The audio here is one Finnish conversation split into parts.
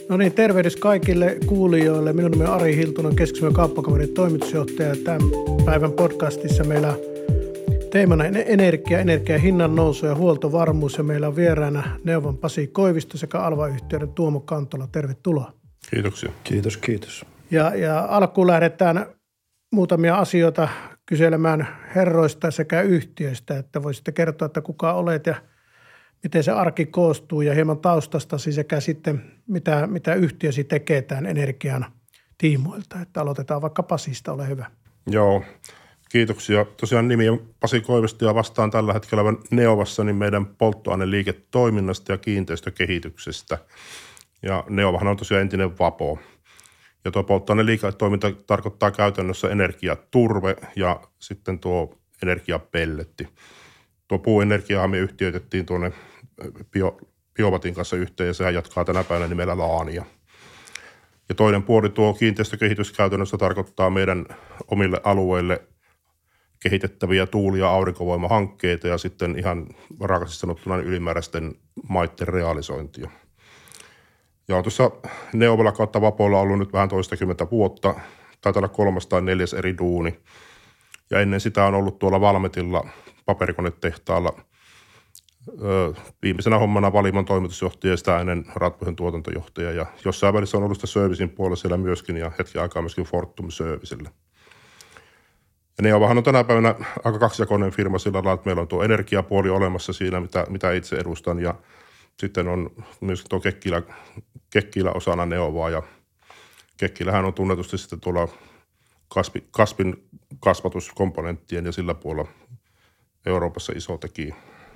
No niin, tervehdys kaikille kuulijoille. Minun nimeni on Ari Hiltunen, Keski-Suomen kauppakamarin toimitusjohtaja. Tämän päivän podcastissa meillä on teemana energia hinnan nousu ja huoltovarmuus. Ja meillä on vieraana Neovan Pasi Koivisto sekä Alva-yhtiöiden Tuomo Kantola. Tervetuloa. Kiitoksia. Kiitos. Ja alkuun lähdetään muutamia asioita kyselemään herroista sekä yhtiöistä, että voisitte kertoa, että kuka olet ja miten se arki koostuu ja hieman taustastasi sekä sitten mitä yhtiösi tekee tämän energian tiimoilta. Että aloitetaan vaikka Pasista, ole hyvä. Joo, kiitoksia. Tosiaan nimi on Pasi Koivisto ja vastaan tällä hetkellä Neovassa niin meidän polttoaineliiketoiminnasta ja kiinteistökehityksestä. Ja Neovahan on tosiaan entinen Vapo. Ja tuo polttoaineliiketoiminta tarkoittaa käytännössä energiaturve ja sitten tuo energiapelletti. Tuo puuenergiahan me yhtiöitettiin tuonne Biovatin kanssa yhteen ja sehän jatkaa tänä päivänä nimellä Laania. Ja toinen puoli tuo kiinteistökehitys käytännössä tarkoittaa meidän omille alueille kehitettäviä tuuli- ja aurinkovoimahankkeita ja sitten ihan raaasti sanottuna ylimääräisten maitten realisointia. Ja on tuossa Neovalla kautta Vapolla ollut nyt vähän toistakymmentä vuotta, taitaa olla 3 tai 4 eri duuni. Ja ennen sitä on ollut tuolla Valmetilla paperikonetehtaalla viimeisenä hommana Valimon toimitusjohtaja ja sitä ennen Ratposen tuotantojohtaja. Ja jossain välissä on ollut sitä servicin puolella siellä myöskin ja hetken aikaa myöskin Fortum Servicellä. Ja Neovahan on tänä päivänä aika kaksijakoinen firma sillä lailla, että meillä on tuo energiapuoli olemassa siinä, mitä itse edustan ja sitten on myös tuo Kekkilä osana Neovaa ja Kekkilähän on tunnetusti sitten tuolla kasvin kasvatuskomponenttien ja sillä puolella Euroopassa iso tekijä.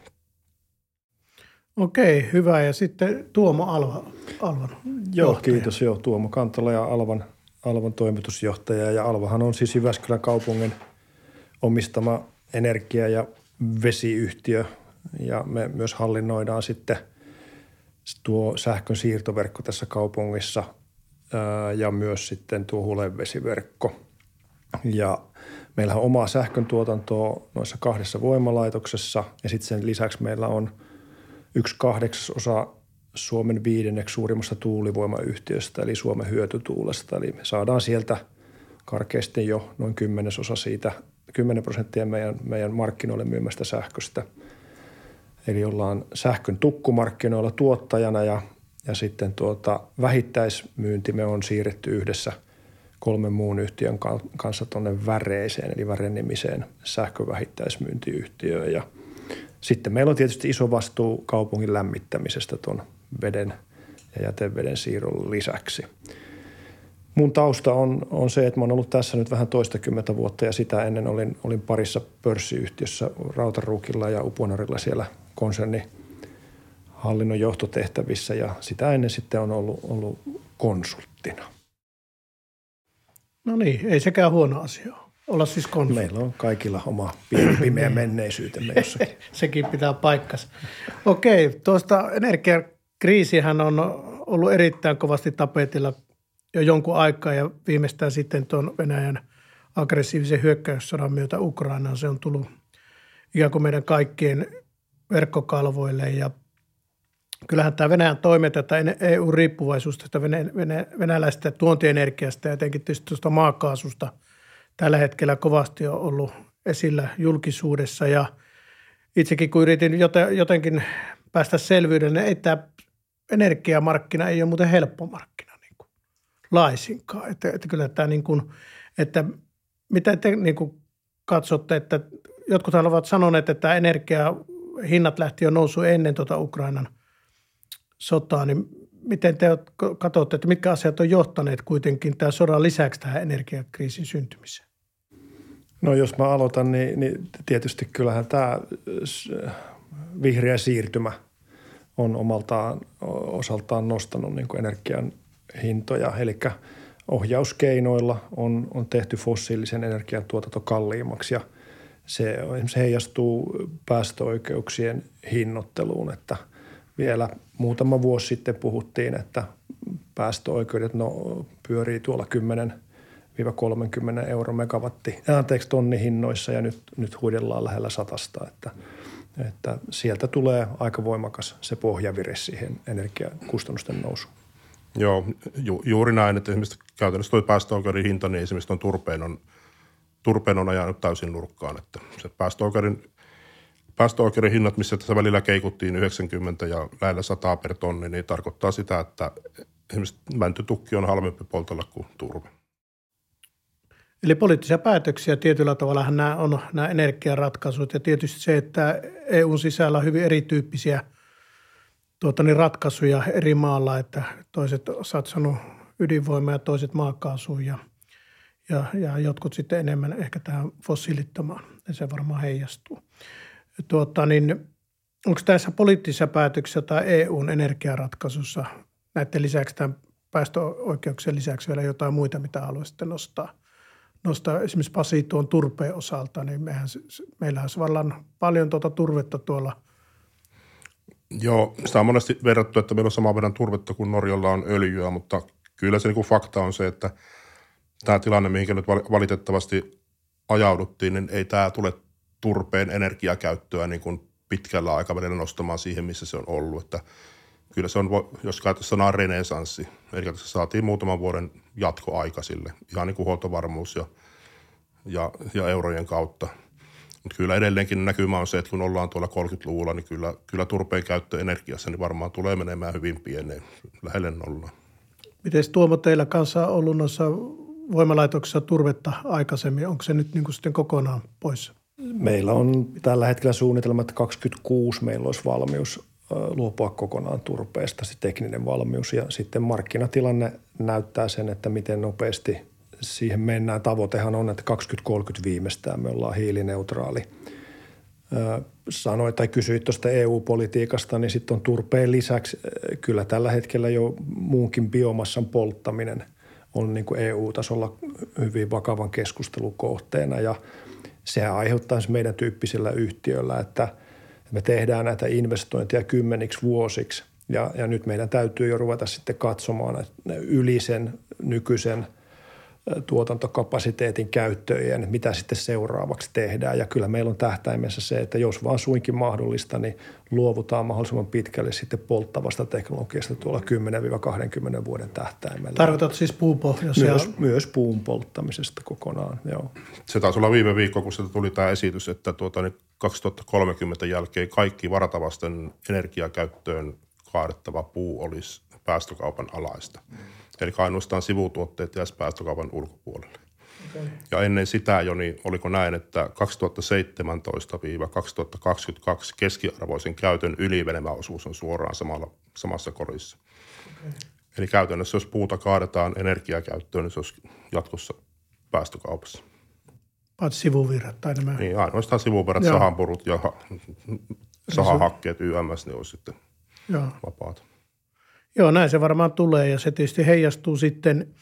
Okei, hyvä. Ja sitten Tuomo Alvan Joo, johtaja. kiitos. Joo, Tuomo Kantola ja Alvan toimitusjohtaja. Ja Alvahan on siis Jyväskylän kaupungin omistama energia- ja vesiyhtiö. Ja me myös hallinnoidaan sitten tuo sähkön siirtoverkko tässä kaupungissa ja myös sitten tuo hulevesiverkko. Ja meillä on omaa sähkön tuotantoa noissa 2 voimalaitoksessa ja sitten sen lisäksi meillä on 1/8 Suomen 5. suurimmasta tuulivoimayhtiöstä eli Suomen hyötytuulesta. Eli me saadaan sieltä karkeasti jo noin 10% siitä, 10% meidän markkinoille myymästä sähköstä. Eli ollaan sähkön tukkumarkkinoilla tuottajana ja sitten vähittäismyynti me on siirretty yhdessä 3 muun yhtiön kanssa tuonne Väreeseen, eli Väre-nimiseen sähkövähittäismyyntiyhtiöön. Ja sitten meillä on tietysti iso vastuu kaupungin lämmittämisestä tuon veden ja jäteveden siirron lisäksi. Mun tausta on se, että mä oon ollut tässä nyt vähän toistakymmentä vuotta ja sitä ennen olin parissa pörssiyhtiössä Rautaruukilla ja Uponarilla siellä konsernihallinnon johtotehtävissä ja sitä ennen sitten on ollut konsulttina. No niin, ei sekään huono asia olla siis konsultti. Meillä on kaikilla oma pimeä menneisyytemme jossakin. Sekin pitää paikkansa. Okei, tuosta energiakriisihän on ollut erittäin kovasti tapetilla jo jonkun aikaa ja viimeistään sitten tuon Venäjän aggressiivisen hyökkäyssodan myötä Ukrainaan se on tullut ikään kuin meidän kaikkien verkkokalvoille ja kyllähän tämä Venäjän toimet, että EU-riippuvaisuus tästä venäläisestä tuontienergiasta ja etenkin tietysti tuosta maakaasusta tällä hetkellä kovasti on ollut esillä julkisuudessa ja itsekin kun yritin jotenkin päästä selvyyden, niin ei tämä energiamarkkina ei ole muuten helppo markkina niin kuin laisinkaan. Että kyllä tämä niin kuin, että mitä te niin kuin katsotte, että jotkut ovat sanoneet, että tämä energiahinnat lähti jo nousuun ennen Ukrainan sotaa, niin miten te katsotte, että mitkä asiat on johtaneet kuitenkin tämän sodan lisäksi tähän energiakriisin syntymiseen? No jos mä aloitan, niin tietysti kyllähän tämä vihreä siirtymä on osaltaan nostanut niin kuin energian hintoja. Eli ohjauskeinoilla on tehty fossiilisen energian tuotanto kalliimmaksi ja se heijastuu päästöoikeuksien hinnoitteluun, että vielä muutama vuosi sitten puhuttiin, että päästöoikeudet pyörii tuolla 10-30 tonni hinnoissa ja nyt huidellaan lähellä 100, että sieltä tulee aika voimakas se pohjavire siihen energiakustannusten nousuun. Joo, juuri näin, että esimerkiksi käytännössä tuo päästöoikeuden hinta, niin esimerkiksi tuon turpeen on ajanut täysin nurkkaan, että se päästöoikeuden hinnat, missä tässä välillä keikuttiin 90 ja lähellä 100 per tonni, niin tarkoittaa sitä, että esimerkiksi mäntytukki on halvempi poltella kuin turve. Eli poliittisia päätöksiä tietyllä tavalla nämä energiaratkaisut ja tietysti se, että EUn sisällä on hyvin erityyppisiä ratkaisuja eri maalla, että toiset satsannut ydinvoimaa ja toiset maakaasuun ja jotkut sitten enemmän ehkä tähän fossiilittomaan ja se varmaan heijastuu. Onko tässä poliittisissa päätöksissä tai EUn energiaratkaisussa näiden lisäksi, tämän päästöoikeuksien lisäksi vielä jotain muita, mitä haluaisitte nostaa? Esimerkiksi Pasi tuon turpeen osalta, niin meillähän on vallan paljon turvetta tuolla. Joo, sitä on monesti verrattu, että meillä on saman verran turvetta kuin Norjalla on öljyä, mutta kyllä se niin kuin fakta on se, että tämä tilanne, mihin nyt valitettavasti ajauduttiin, niin ei tämä tule turpeen energiakäyttöä niin kuin pitkällä aikavälillä nostamaan siihen, missä se on ollut. Että kyllä se on, jos käytetään sanaa renesanssi, eli tässä saatiin muutaman vuoden jatkoaika sille, ihan niin kuin huoltovarmuus ja eurojen kautta. Mutta kyllä edelleenkin näkymä on se, että kun ollaan tuolla 30-luvulla, niin kyllä turpeen käyttö energiassa niin varmaan tulee menemään hyvin pieneen, lähelle nollaan. Miten Tuomo teillä kanssa on ollut noissa voimalaitoksissa turvetta aikaisemmin? Onko se nyt niin kuin sitten kokonaan pois? Meillä on tällä hetkellä suunnitelma, että 2026 meillä olisi valmius luopua kokonaan turpeesta, se tekninen valmius. Ja sitten markkinatilanne näyttää sen, että miten nopeasti siihen mennään. Tavoitehan on, että 2030 viimeistään me ollaan hiilineutraali. Sanoit tai kysyit tuosta EU-politiikasta, niin sitten on turpeen lisäksi kyllä tällä hetkellä jo muunkin biomassan polttaminen on niin kuin EU-tasolla hyvin vakavan keskustelun kohteena ja sehän aiheuttaa meidän tyyppisillä yhtiöillä, että me tehdään näitä investointeja 10 vuosiksi ja nyt meidän täytyy jo ruveta sitten katsomaan yli sen nykyisen tuotantokapasiteetin käyttöön, mitä sitten seuraavaksi tehdään. Ja kyllä meillä on tähtäimessä se, että jos vaan suinkin mahdollista, niin luovutaan mahdollisimman pitkälle sitten polttavasta teknologiasta tuolla 10-20 vuoden tähtäimellä. Tarkoitat siis puupohjaisia? Myös puun polttamisesta kokonaan, joo. Se taisi olla viime viikko, kun sieltä tuli tämä esitys, että 2030 jälkeen kaikki varatavasten energiakäyttöön kaadettava puu olisi päästökaupan alaista. Eli ainoastaan sivutuotteet jäisi päästökaupan ulkopuolelle. Okay. Ja ennen sitä jo, niin oliko näin, että 2017-2022 keskiarvoisen käytön ylimenevä osuus on suoraan samassa korissa. Okay. Eli käytännössä, jos puuta kaadetaan energiakäyttöön, niin se olisi jatkossa päästökaupassa. Paitsi sivuvirrat tai nämä? Niin, ainoastaan sivuvirrat, sahanpurut ja sahahakkeet YMS, niin olisi sitten vapaata. Joo, näin se varmaan tulee ja se tietysti heijastuu sitten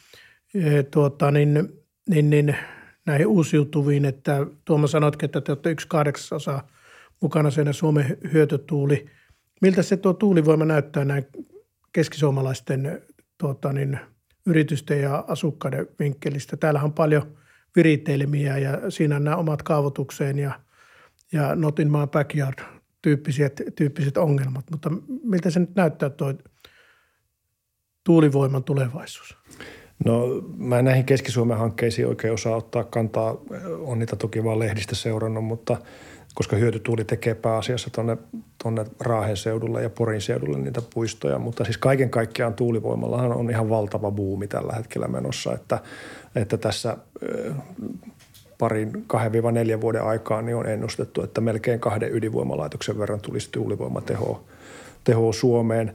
näihin uusiutuviin, että Tuomo sanoitkin, että te olette 1/8 mukana siinä Suomen hyötytuuli. Miltä se tuo tuulivoima näyttää näin keskisuomalaisten yritysten ja asukkaiden vinkkelistä? Täällähän on paljon viritelmiä ja siinä on nämä omat kaavoitukseen ja not in my backyard tyyppiset ongelmat, mutta miltä se nyt näyttää tuo tuulivoiman tulevaisuus? No mä näihin Keski-Suomen hankkeisiin oikein osaa ottaa kantaa. On niitä toki vaan lehdistä seurannut, mutta koska hyötytuuli tekee pääasiassa tuonne Raahen seudulle ja Porin seudulle niitä puistoja. Mutta siis kaiken kaikkiaan tuulivoimallahan on ihan valtava buumi tällä hetkellä menossa, että tässä 2-4 vuoden aikaan niin on ennustettu, että melkein 2 ydinvoimalaitoksen verran tulisi tuulivoimatehoa Suomeen.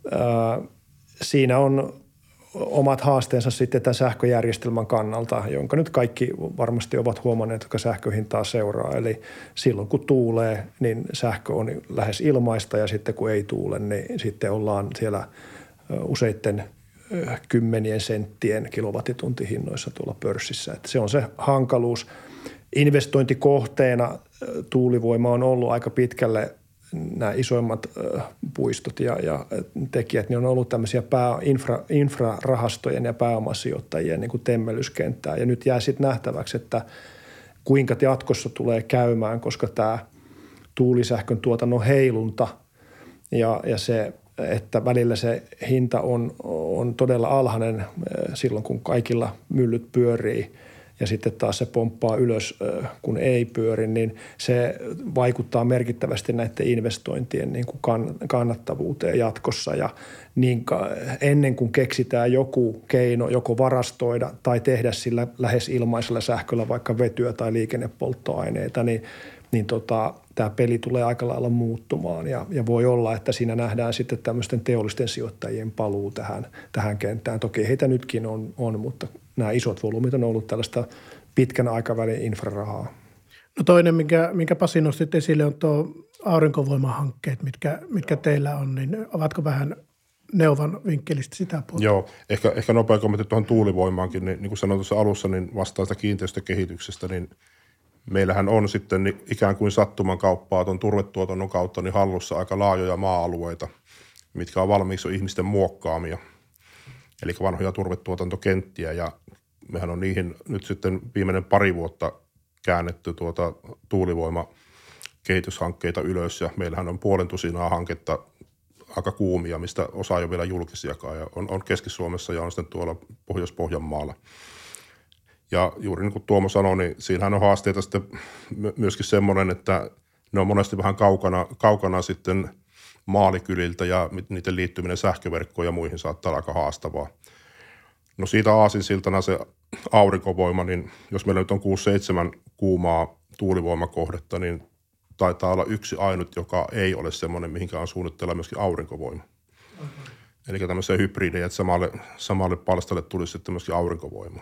Siinä on omat haasteensa sitten tämän sähköjärjestelmän kannalta, jonka nyt kaikki varmasti ovat huomanneet, jotka sähköhintaa seuraa. Eli silloin kun tuulee, niin sähkö on lähes ilmaista ja sitten kun ei tuule, niin sitten ollaan siellä useitten kymmenien senttien kilowattituntihinnoissa tuolla pörssissä. Että se on se hankaluus. Investointikohteena tuulivoima on ollut aika pitkälle nämä isoimmat puistot ja tekijät, niin on ollut tämmöisiä infrarahastojen ja pääomasijoittajien niin kuin temmellyskenttää. Ja nyt jää sitten nähtäväksi, että kuinka jatkossa tulee käymään, koska tämä tuulisähkön tuotannon heilunta ja se että välillä se hinta on todella alhainen silloin, kun kaikilla myllyt pyörii ja sitten taas se pomppaa ylös, kun ei pyöri, niin se vaikuttaa merkittävästi näiden investointien niin kuin kannattavuuteen jatkossa. Ja niin ennen kuin keksitään joku keino joko varastoida tai tehdä sillä lähes ilmaisella sähköllä vaikka vetyä tai liikennepolttoaineita, niin tämä peli tulee aika lailla muuttumaan ja voi olla, että siinä nähdään sitten tämmöisten teollisten sijoittajien paluu tähän kenttään. Toki heitä nytkin on, mutta nämä isot volyymit on ollut tällaista pitkän aikavälin infrarahaa. No toinen, minkä Pasi nostit esille, on tuo aurinkovoimahankkeet, mitkä teillä on, niin ovatko vähän Neovan vinkkelistä sitä puolta? Joo, ehkä nopea kommentti tuohon tuulivoimaankin, niin kuin sanoin tuossa alussa, niin vastaan sitä kiinteistökehityksestä, niin meillähän on sitten niin ikään kuin sattuman kauppaa tuon turvetuotannon kautta niin hallussa aika laajoja maa-alueita, mitkä on valmiiksi jo ihmisten muokkaamia, eli vanhoja turvetuotantokenttiä, ja mehän on niihin nyt sitten viimeinen pari vuotta käännetty tuulivoimakehityshankkeita ylös, ja meillähän on 500 hanketta aika kuumia, mistä osa ei ole vielä julkisiakaan, ja on Keski-Suomessa ja on sitten tuolla Pohjois-Pohjanmaalla. Ja juuri niin kuin Tuomo sanoi, niin siinähän on haasteita sitten myöskin semmoinen, että ne on monesti vähän kaukana sitten maalikyliltä ja niiden liittyminen sähköverkkoon ja muihin saattaa olla aika haastavaa. No siitä aasinsiltana se aurinkovoima, niin jos meillä nyt on 6-7 kuumaa tuulivoimakohdetta, niin taitaa olla yksi ainut, joka ei ole semmoinen, mihinkä on suunnitteilla myöskin aurinkovoima. Eli tämmöisiä hybridejä, että samalle palstalle tulisi sitten myöskin aurinkovoima.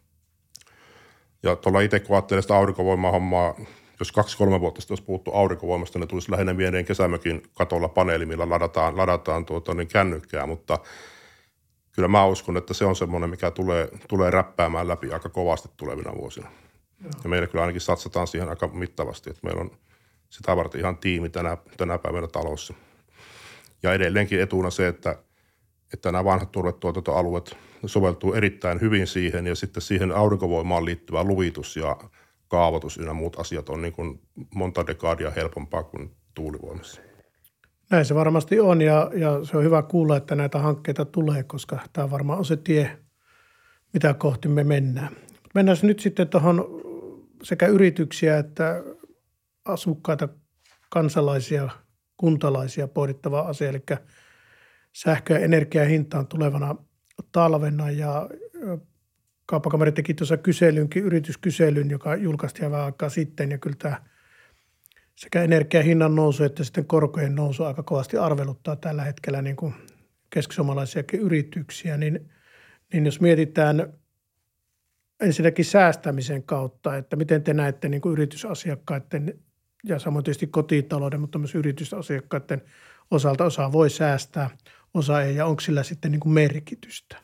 Ja tuolla itse kun ajattelee sitä aurinkovoimaa-hommaa, jos 2-3 vuotta sitten olisi puhuttu aurinkovoimasta, ne tulisi lähinnä vieneen kesämökin katolla paneeli, millä ladataan kännykkää, mutta kyllä mä uskon, että se on semmoinen, mikä tulee räppäämään läpi aika kovasti tulevina vuosina. Joo. Ja meillä kyllä ainakin satsataan siihen aika mittavasti, että meillä on sitä varten ihan tiimi tänä päivänä talossa. Ja edelleenkin etuna se, että nämä vanhat turvetuotantoalueet soveltuu erittäin hyvin siihen, ja sitten siihen aurinkovoimaan liittyvä luvitus ja kaavoitus ynnä muut asiat on niin kuin monta dekaadia helpompaa kuin tuulivoimassa. Näin se varmasti on, ja se on hyvä kuulla, että näitä hankkeita tulee, koska tämä varmaan on se tie, mitä kohti me mennään. Mennään nyt sitten tuohon sekä yrityksiä että asukkaita, kansalaisia, kuntalaisia pohdittava asia, eli sähkö- ja energiahintaan tulevana talvena, ja Kauppakamari teki tuossa yrityskyselyn, joka julkaistiin vähän aikaa sitten, ja kyllä tämä sekä energiahinnan nousu että sitten korkojen nousu aika kovasti arveluttaa tällä hetkellä niin kuin keskisuomalaisiakin yrityksiä, niin jos mietitään ensinnäkin säästämisen kautta, että miten te näette niin kuin yritysasiakkaiden ja samoin tietysti kotitalouden, mutta myös yritysasiakkaiden osalta osa voi säästää, osa ei, ja onko sillä sitten niin kuin merkitystä?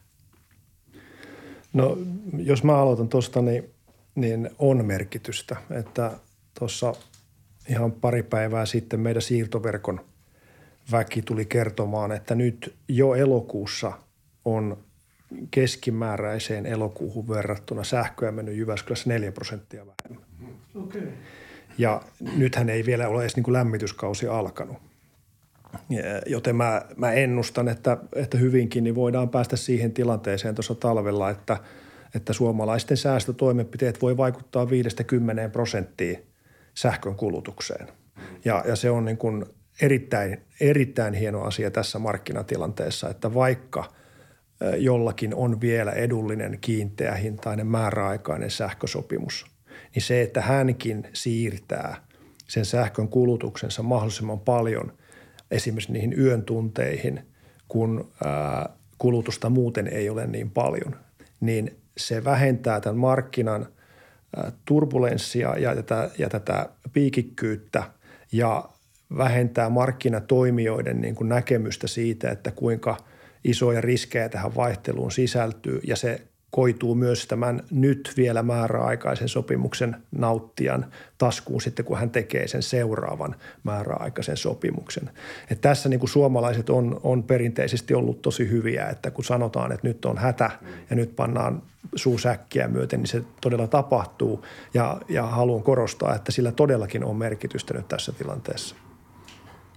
No jos mä aloitan tuosta, niin on merkitystä, että tuossa ihan pari päivää sitten meidän siirtoverkon väki tuli kertomaan, että nyt jo elokuussa on keskimääräiseen elokuuhun verrattuna sähköä mennyt Jyväskylässä 4% vähemmän. Okay. Ja nythän ei vielä ole edes niin kuin lämmityskausi alkanut. Joten mä ennustan, että hyvinkin niin voidaan päästä siihen tilanteeseen tuossa talvella, että suomalaisten säästötoimenpiteet voi vaikuttaa 5-10% sähkön kulutukseen. Ja se on niin kuin erittäin hieno asia tässä markkinatilanteessa, että vaikka jollakin on vielä edullinen kiinteähintainen määräaikainen sähkösopimus, niin se, että hänkin siirtää sen sähkön kulutuksensa mahdollisimman paljon esimerkiksi niihin yön tunteihin, kun kulutusta muuten ei ole niin paljon, niin se vähentää tämän markkinan turbulenssia ja tätä piikikkyyttä ja vähentää markkinatoimijoiden niin kuin näkemystä siitä, että kuinka isoja riskejä tähän vaihteluun sisältyy, ja se koituu myös tämän nyt vielä määräaikaisen sopimuksen nauttijan taskuun sitten, kun hän tekee sen seuraavan määräaikaisen sopimuksen. Et tässä niin kuin suomalaiset on perinteisesti ollut tosi hyviä, että kun sanotaan, että nyt on hätä ja nyt pannaan suu säkkiä myöten, niin se todella tapahtuu, ja haluan korostaa, että sillä todellakin on merkitystä nyt tässä tilanteessa.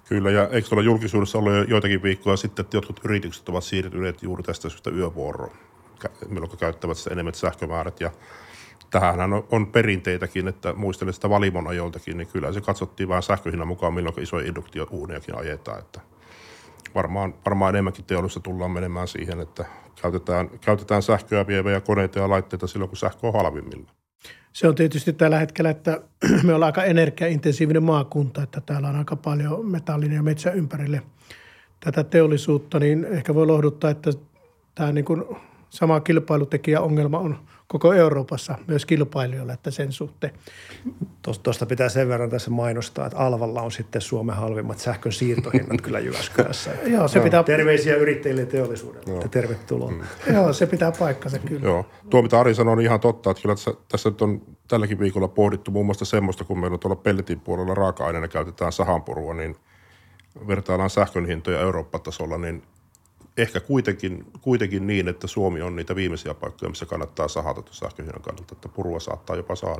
Kyllä, ja eikö tuolla julkisuudessa ollut jo joitakin viikkoja sitten, että jotkut yritykset ovat siirtyneet juuri tästä syystä yövuoroon, milloin käyttävät sitä enemmän sähkömäärät, ja tähänhän on perinteitäkin, että muistelen sitä Valimon ajoiltakin, niin kyllä se katsottiin vähän sähköhinnan mukaan, milloin isoja induktio-uunejakin ajetaan, että varmaan enemmänkin teollisuudessa tullaan menemään siihen, että käytetään sähköä vieviä koneita ja laitteita silloin, kun sähkö on halvimmilla. Se on tietysti tällä hetkellä, että me ollaan aika energiaintensiivinen maakunta, että täällä on aika paljon metallin ja metsän ympärille tätä teollisuutta, niin ehkä voi lohduttaa, että tämä niin kuin sama kilpailutekijäongelma on koko Euroopassa myös kilpailijoilla, että sen suhteen. Tuosta pitää sen verran tässä mainostaa, että Alvalla on sitten Suomen halvimmat sähkön siirtohinnat kyllä Jyväskylässä. Joo, se pitää... Terveisiä yrittäjille ja teollisuudelle, että tervetuloa. Joo, se pitää paikkansa kyllä. Joo, tuo mitä Ari sanoi on ihan totta, että kyllä tässä nyt on tälläkin viikolla pohdittu muun muassa semmoista, kun meillä on tuolla pelletin puolella raaka-aineena käytetään sahanpurua, niin vertaillaan sähkön hintoja Eurooppa-tasolla, niin ehkä kuitenkin niin, että Suomi on niitä viimeisiä paikkoja, missä kannattaa sahata sähköhinnan kannalta, että purua saattaa jopa saada.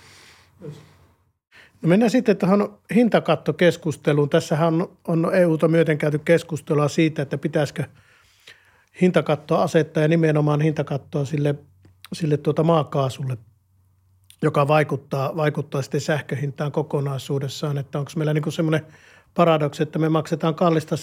No mennään sitten tuohon hintakattokeskusteluun. Tässähän on EUta myöten käyty keskustelua siitä, että pitäisikö hintakattoa asettaa ja nimenomaan hintakattoa sille maakaasulle, joka vaikuttaa sitten sähköhintaan kokonaisuudessaan. Että onko meillä niin semmoinen paradoksi, että me maksetaan kallista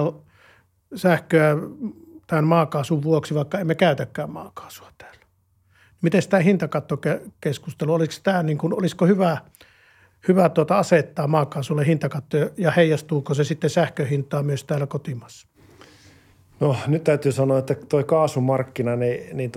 sähköä tämän maakaasun vuoksi, vaikka emme käytäkään maakaasua täällä. Miten tämä hintakattokeskustelu, olisiko hyvä asettaa maakaasulle hintakatto ja heijastuuko se sitten sähköhintaan myös täällä kotimaassa? No nyt täytyy sanoa, että toi kaasumarkkina, niin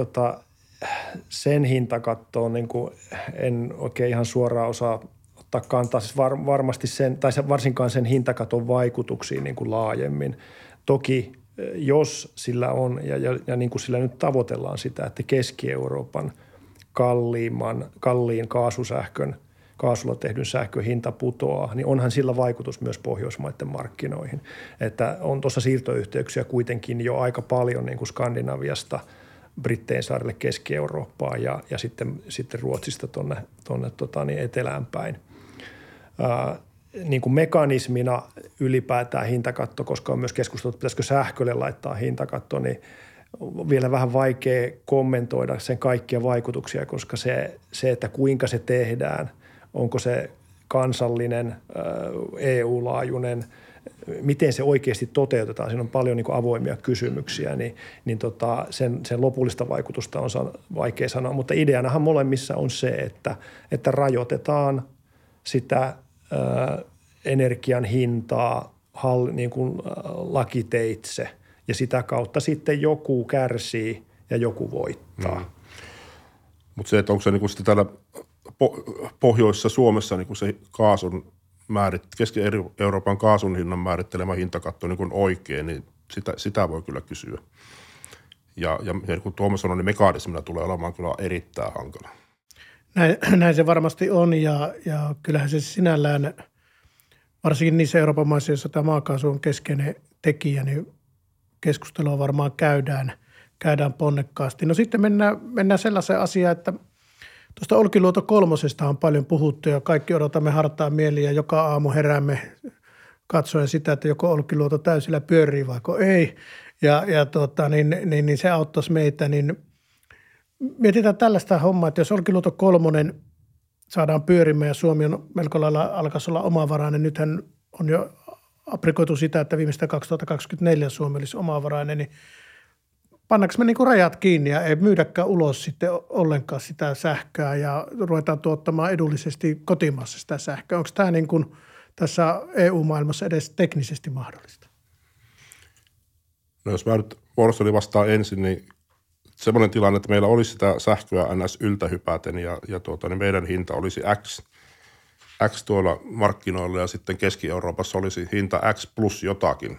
sen hintakatto on niin kuin, en oikein ihan suoraan osaa ottaa kantaa, siis varmasti varsinkaan sen hintakaton vaikutuksiin niin kuin laajemmin. Toki jos sillä on, ja niin kuin sillä nyt tavoitellaan sitä, että Keski-Euroopan kalliin kaasulla tehdyn sähkön hinta putoaa, niin onhan sillä vaikutus myös Pohjoismaiden markkinoihin. Että on tuossa siirtoyhteyksiä kuitenkin jo aika paljon niin kuin Skandinaviasta Brittein saarelle Keski-Eurooppaan ja sitten Ruotsista tuonne etelään päin. Niin kuin mekanismina ylipäätään hintakatto, koska on myös keskusteltu, että pitäisikö sähkölle laittaa hintakatto, niin on vielä vähän vaikea kommentoida sen kaikkia vaikutuksia, koska se, että kuinka se tehdään, onko se kansallinen, EU-laajuinen, miten se oikeasti toteutetaan, siinä on paljon niin kuin avoimia kysymyksiä, sen lopullista vaikutusta on vaikea sanoa, mutta ideanahan molemmissa on se, että rajoitetaan sitä energian hintaa niin kuin lakiteitse ja sitä kautta sitten joku kärsii ja joku voittaa. Mutta se, että onko se niin kuin sitten täällä pohjoisessa Suomessa niin kuin se Keski-Euroopan kaasun hinnan määrittelemä hintakatto niin kuin oikein, niin sitä voi kyllä kysyä. Ja kun Tuomas sanoi, niin mekanismina tulee olemaan kyllä erittäin hankala. Näin se varmasti on ja kyllähän se sinällään, varsinkin niissä Euroopan maissa, joissa tämä maakaasu on keskeinen tekijä, niin keskustelua varmaan käydään ponnekkaasti. No sitten mennään sellaiseen asiaan, että tuosta Olkiluoto 3 on paljon puhuttu ja kaikki odotamme hartaan mieliin ja joka aamu heräämme katsoen sitä, että joko Olkiluoto täysillä pyörii vaiko ei niin se auttaisi meitä, niin mietitään tällaista hommaa, että jos Olkiluoto 3 saadaan pyörimään ja Suomi on melko lailla alkaisi olla omavarainen, nythän on jo aprikoitu sitä, että viimeistä 2024 Suomi olisi omavarainen, niin pannaanko me niinku rajat kiinni ja ei myydäkään ulos sitten ollenkaan sitä sähköä ja ruvetaan tuottamaan edullisesti kotimaassa sitä sähköä. Onko tämä niin kuin tässä EU-maailmassa edes teknisesti mahdollista? No jos mä nyt vuorossani vastaan ensin, niin semmoinen tilanne, että meillä olisi sitä sähköä NS yltähypäten ja niin meidän hinta olisi X tuolla markkinoilla ja sitten Keski-Euroopassa olisi hinta X plus jotakin.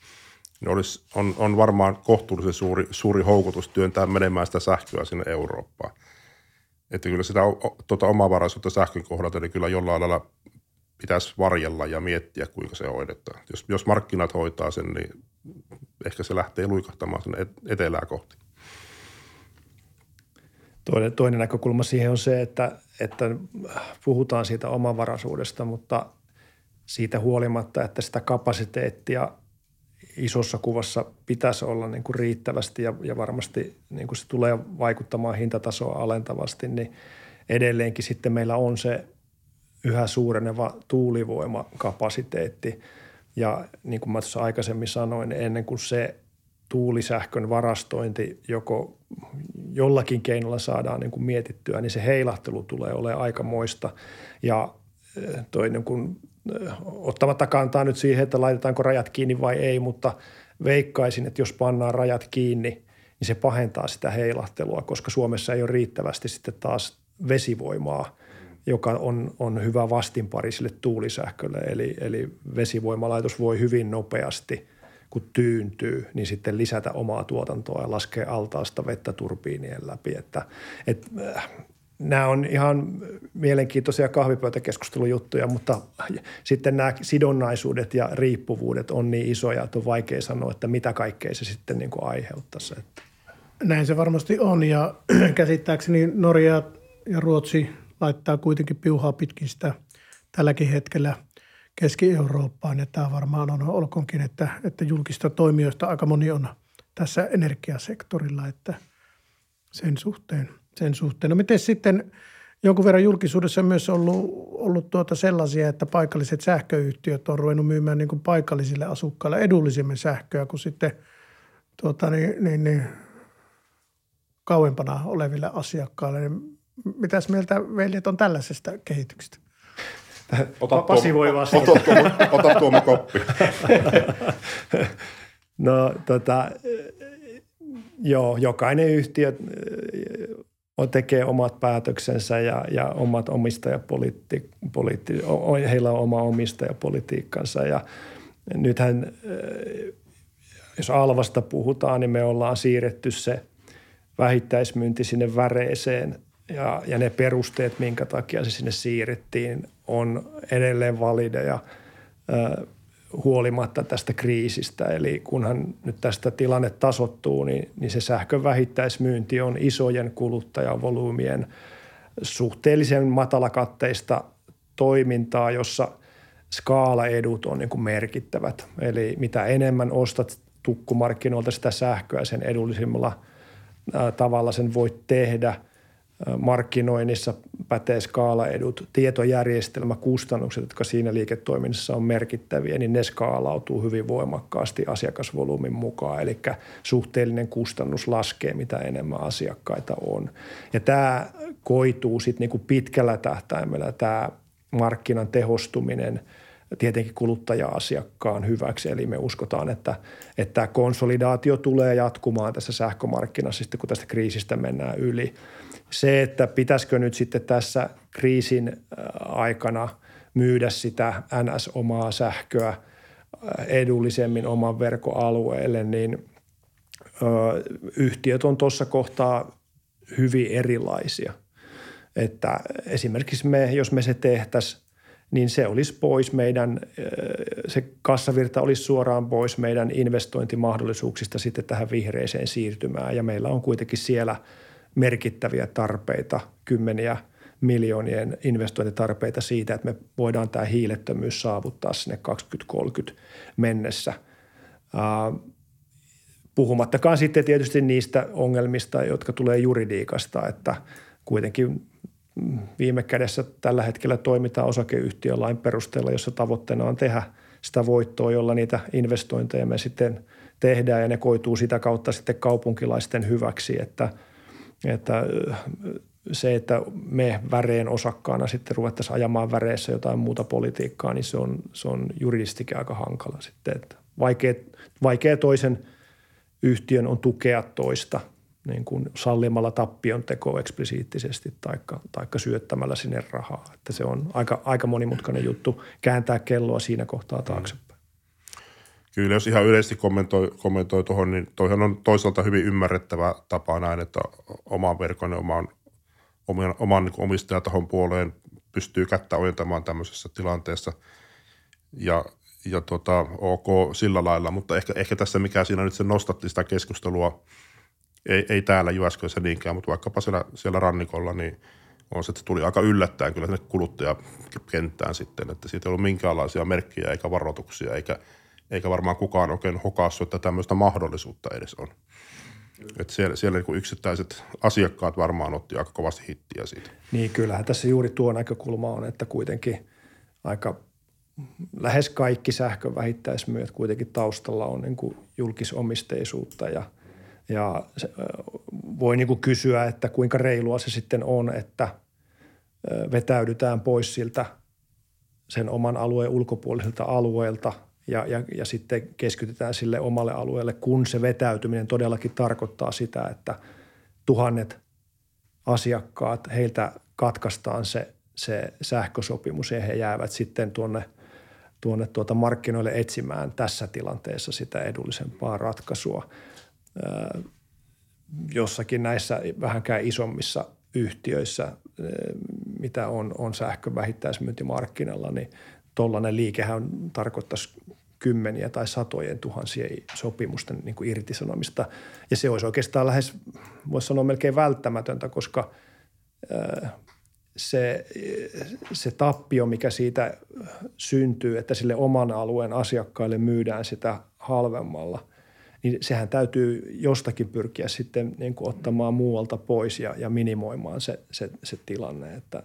On varmaan kohtuullisen suuri houkutus työntää menemään sitä sähköä sinne Eurooppaan. Että kyllä sitä omavaraisuutta sähkön kohdalta niin kyllä jollain lailla pitäisi varjella ja miettiä, kuinka se hoidetaan. Jos markkinat hoitaa sen, niin ehkä se lähtee luikahtamaan sinne etelää kohti. Toinen näkökulma siihen on se, että puhutaan siitä omavaraisuudesta, mutta siitä huolimatta, että sitä kapasiteettia isossa kuvassa pitäisi olla niin kuin riittävästi ja varmasti niin kuin se tulee vaikuttamaan hintatasoa alentavasti, niin edelleenkin sitten meillä on se yhä suureneva tuulivoimakapasiteetti. Ja niin kuin mä tuossa aikaisemmin sanoin, ennen kuin se tuulisähkön varastointi joko jollakin keinolla saadaan niin kuin mietittyä, niin se heilahtelu tulee olemaan aikamoista. Ja toi niin kuin, ottamatta kantaa nyt siihen, että laitetaanko rajat kiinni vai ei, mutta veikkaisin, että jos pannaan rajat kiinni, niin se pahentaa sitä heilahtelua, koska Suomessa ei ole riittävästi sitten taas vesivoimaa, joka on hyvä vastinpari sille tuulisähkölle. Eli vesivoimalaitos voi hyvin nopeasti, kun tyyntyy, niin sitten lisätä omaa tuotantoa ja laskea altaasta vettä turbiinien läpi. Nämä on ihan mielenkiintoisia kahvipöytäkeskustelujuttuja, mutta sitten nämä sidonnaisuudet ja riippuvuudet on niin isoja, että on vaikea sanoa, että mitä kaikkea se sitten niin kuin aiheuttaisi. Näin se varmasti on ja käsittääkseni Norja ja Ruotsi laittaa kuitenkin piuhaa pitkin sitä tälläkin hetkellä Keski-Eurooppaan ja tämä varmaan on olkoonkin, että julkista toimijoista aika moni on tässä energiasektorilla, että sen suhteen. No miten sitten jonkun verran julkisuudessa on myös ollut sellaisia, että paikalliset sähköyhtiöt on ruvennut myymään niin kuin paikallisille asukkaille edullisemmin sähköä kuin sitten kauempana oleville asiakkaille. Mitäs mieltä veljet on tällaisesta kehityksestä? Pasi voi vastata. Ota tuomme koppi. No joo, jokainen yhtiö tekee omat päätöksensä ja omat heillä on oma omistajapolitiikkansa. Ja nythän, jos Alvasta puhutaan, niin me ollaan siirretty se vähittäismyynti sinne Väreeseen ja ne perusteet, minkä takia se sinne siirrettiin, on edelleen valideja huolimatta tästä kriisistä. Eli kunhan nyt tästä tilanne tasoittuu, niin se sähkön vähittäismyynti on isojen kuluttajavolyymien suhteellisen matalakatteista toimintaa, jossa skaalaedut on niin kuin merkittävät. Eli mitä enemmän ostat tukkumarkkinoilta sitä sähköä, sen edullisimmalla tavalla sen voit tehdä. Markkinoinnissa pätee skaalaedut, tietojärjestelmäkustannukset, jotka siinä liiketoiminnassa on merkittäviä, niin ne skaalautuu hyvin voimakkaasti asiakasvolyymin mukaan. Eli suhteellinen kustannus laskee, mitä enemmän asiakkaita on. Ja tämä koituu sitten niinku pitkällä tähtäimellä, tämä markkinan tehostuminen tietenkin kuluttaja-asiakkaan hyväksi. Eli me uskotaan, että tämä konsolidaatio tulee jatkumaan tässä sähkömarkkinassa sitten, kun tästä kriisistä mennään yli. Se, että pitäisikö nyt sitten tässä kriisin aikana myydä sitä NS-omaa sähköä edullisemmin oman verkkoalueelle, niin yhtiöt on tuossa kohtaa hyvin erilaisia. Että esimerkiksi jos me se tehtäisiin, niin se olisi pois se kassavirta olisi suoraan pois meidän investointimahdollisuuksista sitten tähän vihreiseen siirtymään. Ja meillä on kuitenkin siellä merkittäviä tarpeita, kymmeniä miljoonien investointitarpeita siitä, että me voidaan tämä hiilettömyys saavuttaa sinne 2030 mennessä. Puhumattakaan sitten tietysti niistä ongelmista, jotka tulee juridiikasta, että kuitenkin viime kädessä tällä hetkellä toimitaan osakeyhtiölain perusteella, jossa tavoitteena on tehdä sitä voittoa, jolla niitä investointeja me sitten tehdään ja ne koituu sitä kautta sitten kaupunkilaisten hyväksi, että se, että me Väreen osakkaana sitten ruvettaisiin ajamaan Väreessä jotain muuta politiikkaa, niin se on juridistikin aika hankala sitten. Että vaikea toisen yhtiön on tukea toista niin kuin sallimalla tappion tekoa eksplisiittisesti taikka syöttämällä sinne rahaa. Että se on aika monimutkainen juttu kääntää kelloa siinä kohtaa taaksepäin. Kyllä, jos ihan yleisesti kommentoi tuohon, niin toihan on toisaalta hyvin ymmärrettävä tapa näin, että oman verkon ja oman niin omistajatahon puoleen pystyy kättä ojentamaan tämmöisessä tilanteessa ja ok sillä lailla, mutta ehkä tässä mikä siinä nyt se nostatti sitä keskustelua, ei täällä Jyväskylässä niinkään, mutta vaikkapa siellä rannikolla, niin on se, että se tuli aika yllättäen kyllä sinne kuluttajakenttään sitten, että siitä ei ollut minkäänlaisia merkkejä eikä varoituksia, eikä varmaan kukaan oikein hokassut, että tämmöistä mahdollisuutta edes on. Että siellä niin kuin yksittäiset asiakkaat varmaan otti aika kovasti hittiä siitä. Niin kyllähän tässä juuri tuo näkökulma on, että kuitenkin aika lähes kaikki sähkön vähittäismyyjät kuitenkin taustalla on niin kuin julkisomisteisuutta ja voi niin kuin kysyä, että kuinka reilua se sitten on, että vetäydytään pois siltä sen oman alueen ulkopuoliselta alueelta ja sitten keskitytään sille omalle alueelle, kun se vetäytyminen todellakin tarkoittaa sitä, että tuhannet asiakkaat, heiltä katkaistaan se sähkösopimus ja he jäävät sitten tuonne markkinoille etsimään tässä tilanteessa sitä edullisempaa ratkaisua. Jossakin näissä vähänkään isommissa yhtiöissä, mitä on sähkön vähittäismyyntimarkkinalla, niin tuollainen liikehän tarkoittaisi kymmeniä tai satojen tuhansien sopimusten niin kuin irtisanomista. Ja se olisi oikeastaan lähes, voisi sanoa melkein välttämätöntä, koska se tappio, mikä siitä syntyy, että sille oman alueen asiakkaille myydään sitä halvemmalla, niin sehän täytyy jostakin pyrkiä sitten niin kuin ottamaan muualta pois ja minimoimaan se tilanne, että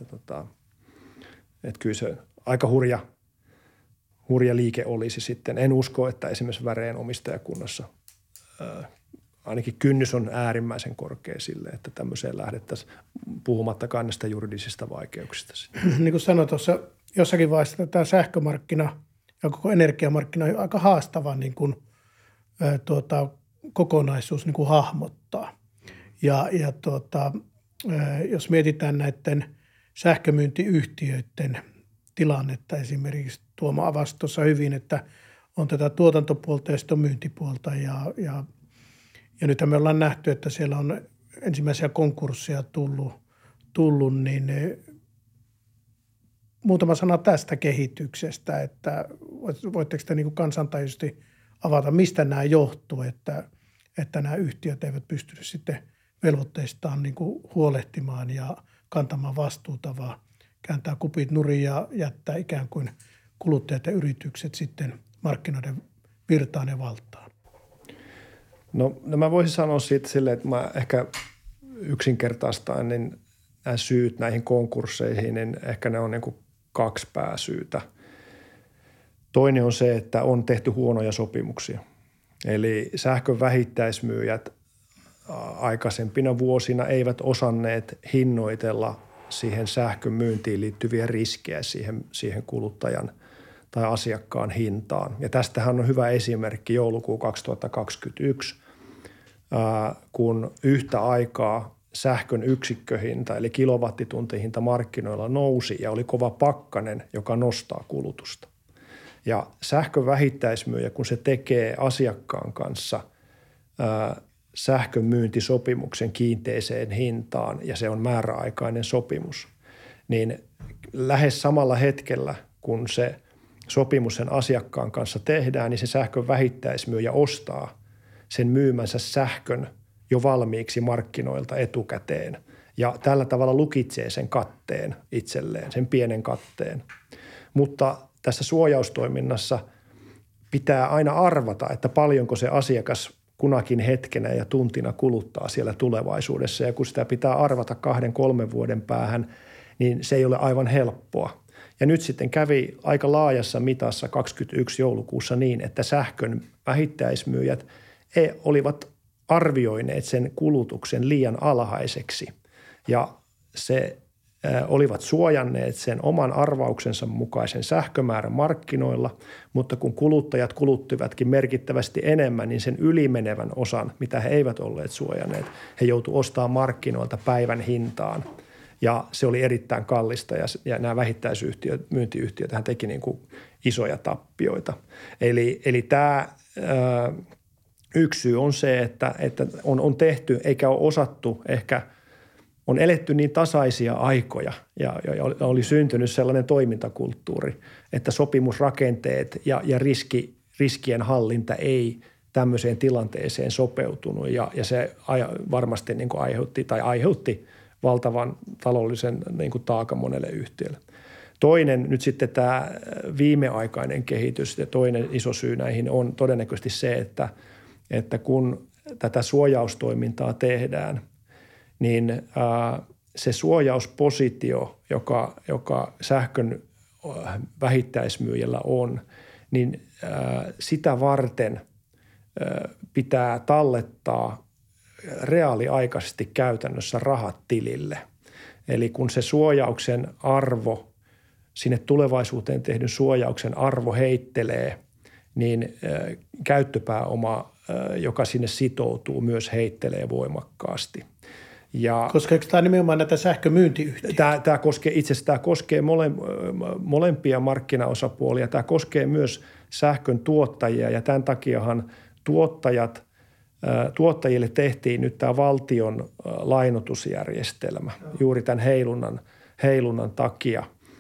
kyllä se aika hurja liike olisi sitten. En usko, että esimerkiksi Väreen omistajakunnassa ainakin kynnys on äärimmäisen korkea sille, että tämmöiseen lähdettäisiin puhumattakaan näistä juridisista vaikeuksista. Niin kuin sanoin tuossa jossakin vaiheessa, tämä sähkömarkkina ja koko energiamarkkina on aika haastava niin kuin, kokonaisuus niin kuin hahmottaa. Ja jos mietitään näiden sähkömyyntiyhtiöiden tilannetta, esimerkiksi Tuomo avasi tuossa hyvin, että on tätä tuotantopuolta ja sitten on myyntipuolta ja nythän me ollaan nähty, että siellä on ensimmäisiä konkursseja tullut niin muutama sana tästä kehityksestä, että voitteko te niin kuin kansantajuisesti avata, mistä nämä johtuu, että nämä yhtiöt eivät pysty sitten velvoitteistaan niin kuin huolehtimaan ja kantamaan vastuuta, vaan kääntää kupit nurin ja jättää ikään kuin kuluttajat ja yritykset sitten markkinoiden virtaan ja valtaan. No mä voisin sanoa siitä silleen, että mä ehkä yksinkertaistaan, niin nämä syyt näihin konkursseihin, niin ehkä ne on niin kuin kaksi pääsyytä. Toinen on se, että on tehty huonoja sopimuksia. Eli sähkön vähittäismyyjät aikaisempina vuosina eivät osanneet hinnoitella siihen sähkön myyntiin liittyviä riskejä siihen kuluttajan tai asiakkaan hintaan. Ja tästähän on hyvä esimerkki joulukuu 2021, kun yhtä aikaa sähkön yksikköhinta eli kilowattituntihinta markkinoilla nousi ja oli kova pakkanen, joka nostaa kulutusta. Ja sähkön vähittäismyyjä, kun se tekee asiakkaan kanssa sähkön myyntisopimuksen kiinteeseen hintaan ja se on määräaikainen sopimus, niin lähes samalla hetkellä, kun se sopimus sen asiakkaan kanssa tehdään, niin se sähkön vähittäismyyjä ostaa sen myymänsä sähkön jo valmiiksi markkinoilta etukäteen ja tällä tavalla lukitsee sen katteen itselleen, sen pienen katteen. Mutta tässä suojaustoiminnassa pitää aina arvata, että paljonko se asiakas kunakin hetkenä ja tuntina kuluttaa siellä tulevaisuudessa. Ja kun sitä pitää arvata 2-3 vuoden päähän, niin se ei ole aivan helppoa. Ja nyt sitten kävi aika laajassa mitassa 21 joulukuussa niin, että sähkön vähittäismyyjät olivat arvioineet sen kulutuksen liian alhaiseksi. Ja se olivat suojanneet sen oman arvauksensa mukaisen sähkömäärän markkinoilla, mutta kun kuluttajat kuluttivatkin merkittävästi enemmän, niin sen ylimenevän osan, mitä he eivät olleet suojanneet, he joutuivat ostamaan markkinoilta päivän hintaan. Ja se oli erittäin kallista ja nämä vähittäisyhtiöt, myyntiyhtiöt, hän teki niin kuin isoja tappioita. Eli tämä yksi syy on se, että on tehty eikä ole osattu ehkä – on eletty niin tasaisia aikoja ja oli syntynyt sellainen toimintakulttuuri, että sopimusrakenteet ja riskien hallinta ei tämmöiseen tilanteeseen sopeutunut ja se varmasti niin kuin aiheutti valtavan taloudellisen niin kuin taakan monelle yhtiölle. Toinen nyt sitten tämä viimeaikainen kehitys ja toinen iso syy näihin on todennäköisesti se, että kun tätä suojaustoimintaa tehdään, niin se suojauspositio, joka sähkön vähittäismyyjällä on, niin sitä varten pitää tallettaa reaaliaikaisesti käytännössä rahat tilille. Eli kun se suojauksen arvo, sinne tulevaisuuteen tehdyn suojauksen arvo heittelee, niin käyttöpääoma, joka sinne sitoutuu, myös heittelee voimakkaasti. Koskeeko tämä nimenomaan näitä sähkömyyntiyhtiöitä? Tämä koskee molempia markkinaosapuolia. Tämä koskee myös sähkön tuottajia ja tämän takiahan tuottajille tehtiin nyt tämä valtion lainoitusjärjestelmä juuri tämän heilunnan takia.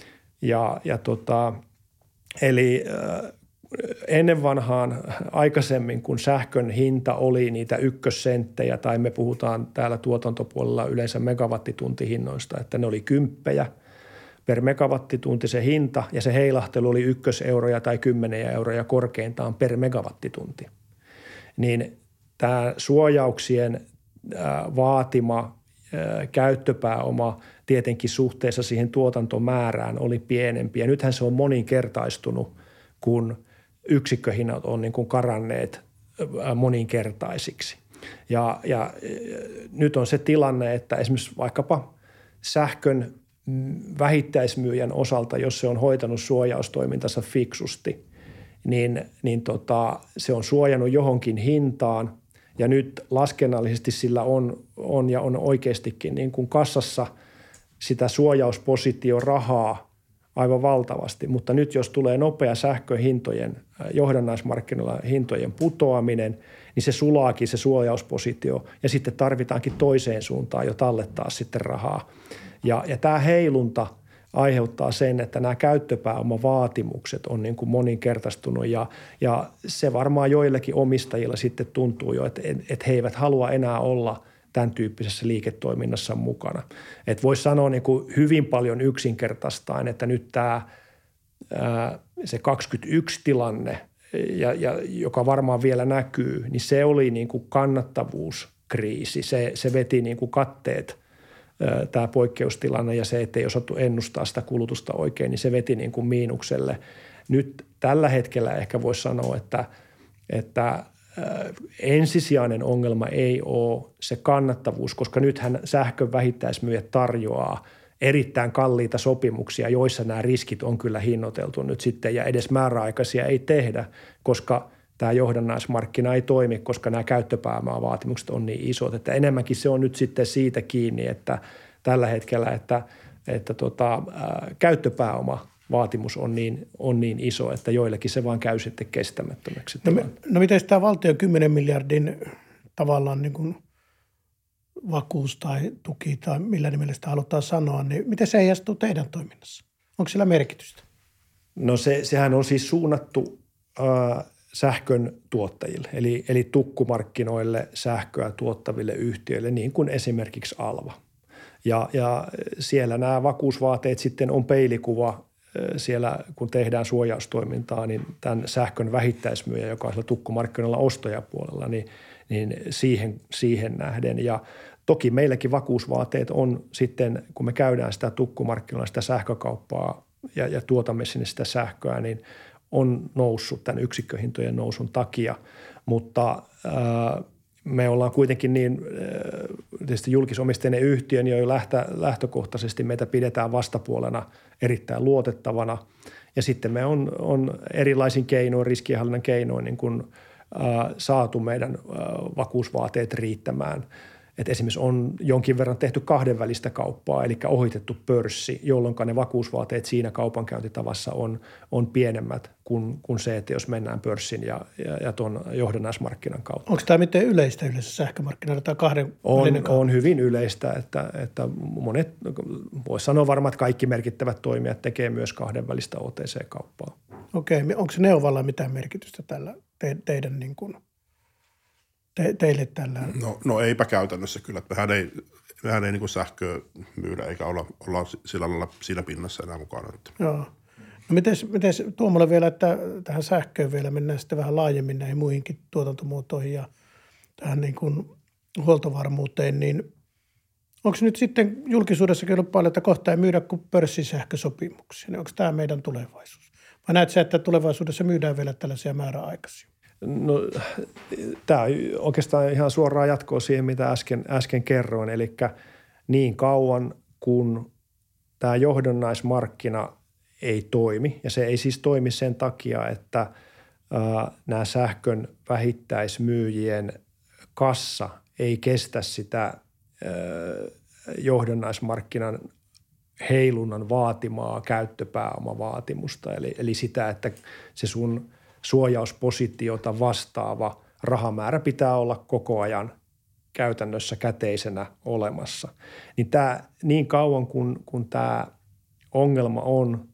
Eli ennen vanhaan aikaisemmin, kun sähkön hinta oli niitä ykkössenttejä, tai me puhutaan täällä tuotantopuolella yleensä megawattituntihinnoista, että ne oli 10 per megawattitunti se hinta, ja se heilahtelu oli 1 euroja tai 10 euroja korkeintaan per megawattitunti. Niin tämä suojauksien vaatima käyttöpääoma tietenkin suhteessa siihen tuotantomäärään oli pienempi, ja nythän se on moninkertaistunut, kun yksikköhinnat on niin kuin karanneet moninkertaisiksi. Ja nyt on se tilanne, että esimerkiksi vaikkapa sähkön vähittäismyyjän osalta, jos se on hoitanut suojaustoimintansa fiksusti, niin se on suojannut johonkin hintaan, ja nyt laskennallisesti sillä on oikeastikin niin kuin kassassa sitä suojauspositiorahaa aivan valtavasti, mutta nyt jos tulee nopea sähköhintojen, johdannaismarkkinoilla hintojen putoaminen, niin se sulaakin se suojauspositio ja sitten tarvitaankin toiseen suuntaan jo tallettaa sitten rahaa. Ja tämä heilunta aiheuttaa sen, että nämä käyttöpääomavaatimukset on niin kuin moninkertaistunut ja se varmaan joillekin omistajilla sitten tuntuu jo, että he eivät halua enää olla tämän tyyppisessä liiketoiminnassa mukana. Että voisi sanoa niin kuin hyvin paljon yksinkertaistaan, että nyt se 21 tilanne, joka varmaan vielä näkyy, niin se oli niin kuin kannattavuuskriisi. Se veti niin kuin katteet, tämä poikkeustilanne ja se, ettei osattu ennustaa sitä kulutusta oikein, niin se veti niin kuin miinukselle. Nyt tällä hetkellä ehkä voisi sanoa, että ensisijainen ongelma ei ole se kannattavuus, koska nythän sähkön vähittäismyyjät tarjoaa erittäin kalliita sopimuksia, joissa nämä riskit on kyllä hinnoiteltu nyt sitten ja edes määräaikaisia ei tehdä, koska tämä johdannaismarkkina ei toimi, koska nämä käyttöpääomavaatimukset on niin isot, että enemmänkin se on nyt sitten siitä kiinni, että tällä hetkellä, että käyttöpääomavaatimus on niin iso, että joillekin se vaan käy sitten kestämättömäksi. No miten tämä valtion 10 miljardin tavallaan niin kuin vakuus tai tuki tai millä nimellä sitä halutaan sanoa, niin miten se heijastuu teidän toiminnassa? Onko sillä merkitystä? No sehän on siis suunnattu sähkön tuottajille, eli tukkumarkkinoille sähköä tuottaville yhtiöille, niin kuin esimerkiksi Alva. Ja siellä nämä vakuusvaateet sitten on peilikuva siellä, kun tehdään suojaustoimintaa, niin tämän sähkön vähittäismyyjä, joka on siellä tukkumarkkinoilla ostajapuolella, niin siihen nähden. Ja toki meilläkin vakuusvaateet on sitten, kun me käydään sitä tukkumarkkinoilla, sitä sähkökauppaa ja tuotamme sinne sitä sähköä, niin on noussut tämän yksikköhintojen nousun takia, mutta me ollaan kuitenkin niin tietysti julkisomisteinen yhtiö, niin jo lähtökohtaisesti meitä pidetään vastapuolena erittäin luotettavana. Ja sitten me on erilaisin keinoin, riskienhallinnan keinoin niin kuin, saatu meidän vakuusvaateet riittämään. Et esimerkiksi on jonkin verran tehty kahdenvälistä kauppaa, eli ohitettu pörssi, jolloin ne vakuusvaateet siinä kaupankäyntitavassa on pienemmät kuin se, että jos mennään pörssin ja tuon johdannaismarkkinan kautta. Onko tämä miten yleistä sähkömarkkinoilla tai kahdenvälinen kauppa? On hyvin yleistä, että monet, voisi sanoa varmaan, että kaikki merkittävät toimijat tekee myös kahdenvälistä OTC-kauppaa. Okei, onko se Neovalla mitään merkitystä tällä teidän niin kuin teille tällä? No eipä käytännössä kyllä. Mehän mehän ei niin sähköä myydä eikä olla sillä lailla siinä pinnassa enää mukana. Joo. No mites Tuomolle vielä, että tähän sähköön vielä mennään sitten vähän laajemmin näihin muihinkin tuotantomuotoihin ja tähän niin kuin huoltovarmuuteen, niin onko nyt sitten julkisuudessakin ollut paljon, että kohta ei myydä kuin pörssisähkösopimuksia, niin onko tämä meidän tulevaisuus? Vai näet sä, että tulevaisuudessa myydään vielä tällaisia määräaikaisia? No, tämä on oikeastaan ihan suoraan jatkoa siihen, mitä äsken kerroin. Eli niin kauan, kun tämä johdannaismarkkina ei toimi, ja se ei siis toimi sen takia, että nämä sähkön vähittäismyyjien kassa ei kestä sitä johdannaismarkkinan heilunnan vaatimaa käyttöpääomavaatimusta, eli sitä, että se sun suojauspositiota vastaava rahamäärä pitää olla koko ajan käytännössä käteisenä olemassa. Niin tämä niin kauan kun tämä ongelma on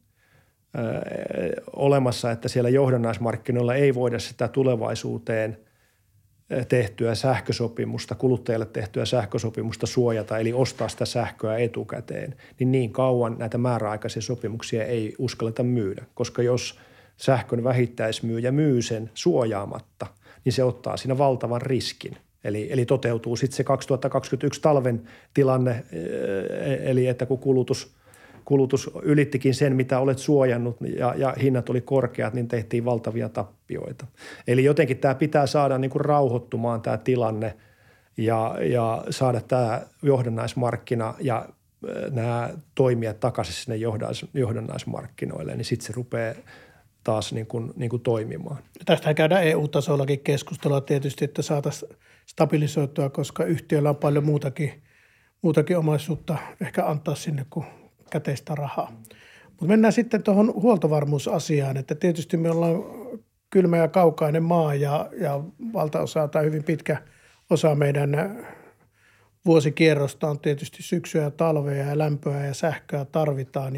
olemassa, että siellä johdannaismarkkinoilla ei voida sitä tulevaisuuteen tehtyä sähkösopimusta, kuluttajalle tehtyä sähkösopimusta suojata, eli ostaa sitä sähköä etukäteen, niin kauan näitä määräaikaisia sopimuksia ei uskalleta myydä, koska jos sähkön vähittäismyyjä myy sen suojaamatta, niin se ottaa siinä valtavan riskin. Eli toteutuu sitten se 2021 talven tilanne, eli että kun kulutus ylittikin sen, mitä olet suojannut ja hinnat oli korkeat, niin tehtiin valtavia tappioita. Eli jotenkin tämä pitää saada niin kuin rauhoittumaan tämä tilanne ja saada tämä johdannaismarkkina ja nämä toimijat takaisin sinne johdannaismarkkinoille, niin sitten se rupeaa taas niin kuin toimimaan. Tästähän käydään EU-tasollakin keskustelua tietysti, että saataisiin stabilisoitua, koska yhtiöllä on paljon muutakin omaisuutta ehkä antaa sinne kuin käteistä rahaa. Mutta mennään sitten tuohon huoltovarmuusasiaan, että tietysti me ollaan kylmä ja kaukainen maa ja valtaosa tai hyvin pitkä osa meidän vuosikierrosta on tietysti syksyä ja talvea ja lämpöä ja sähköä tarvitaan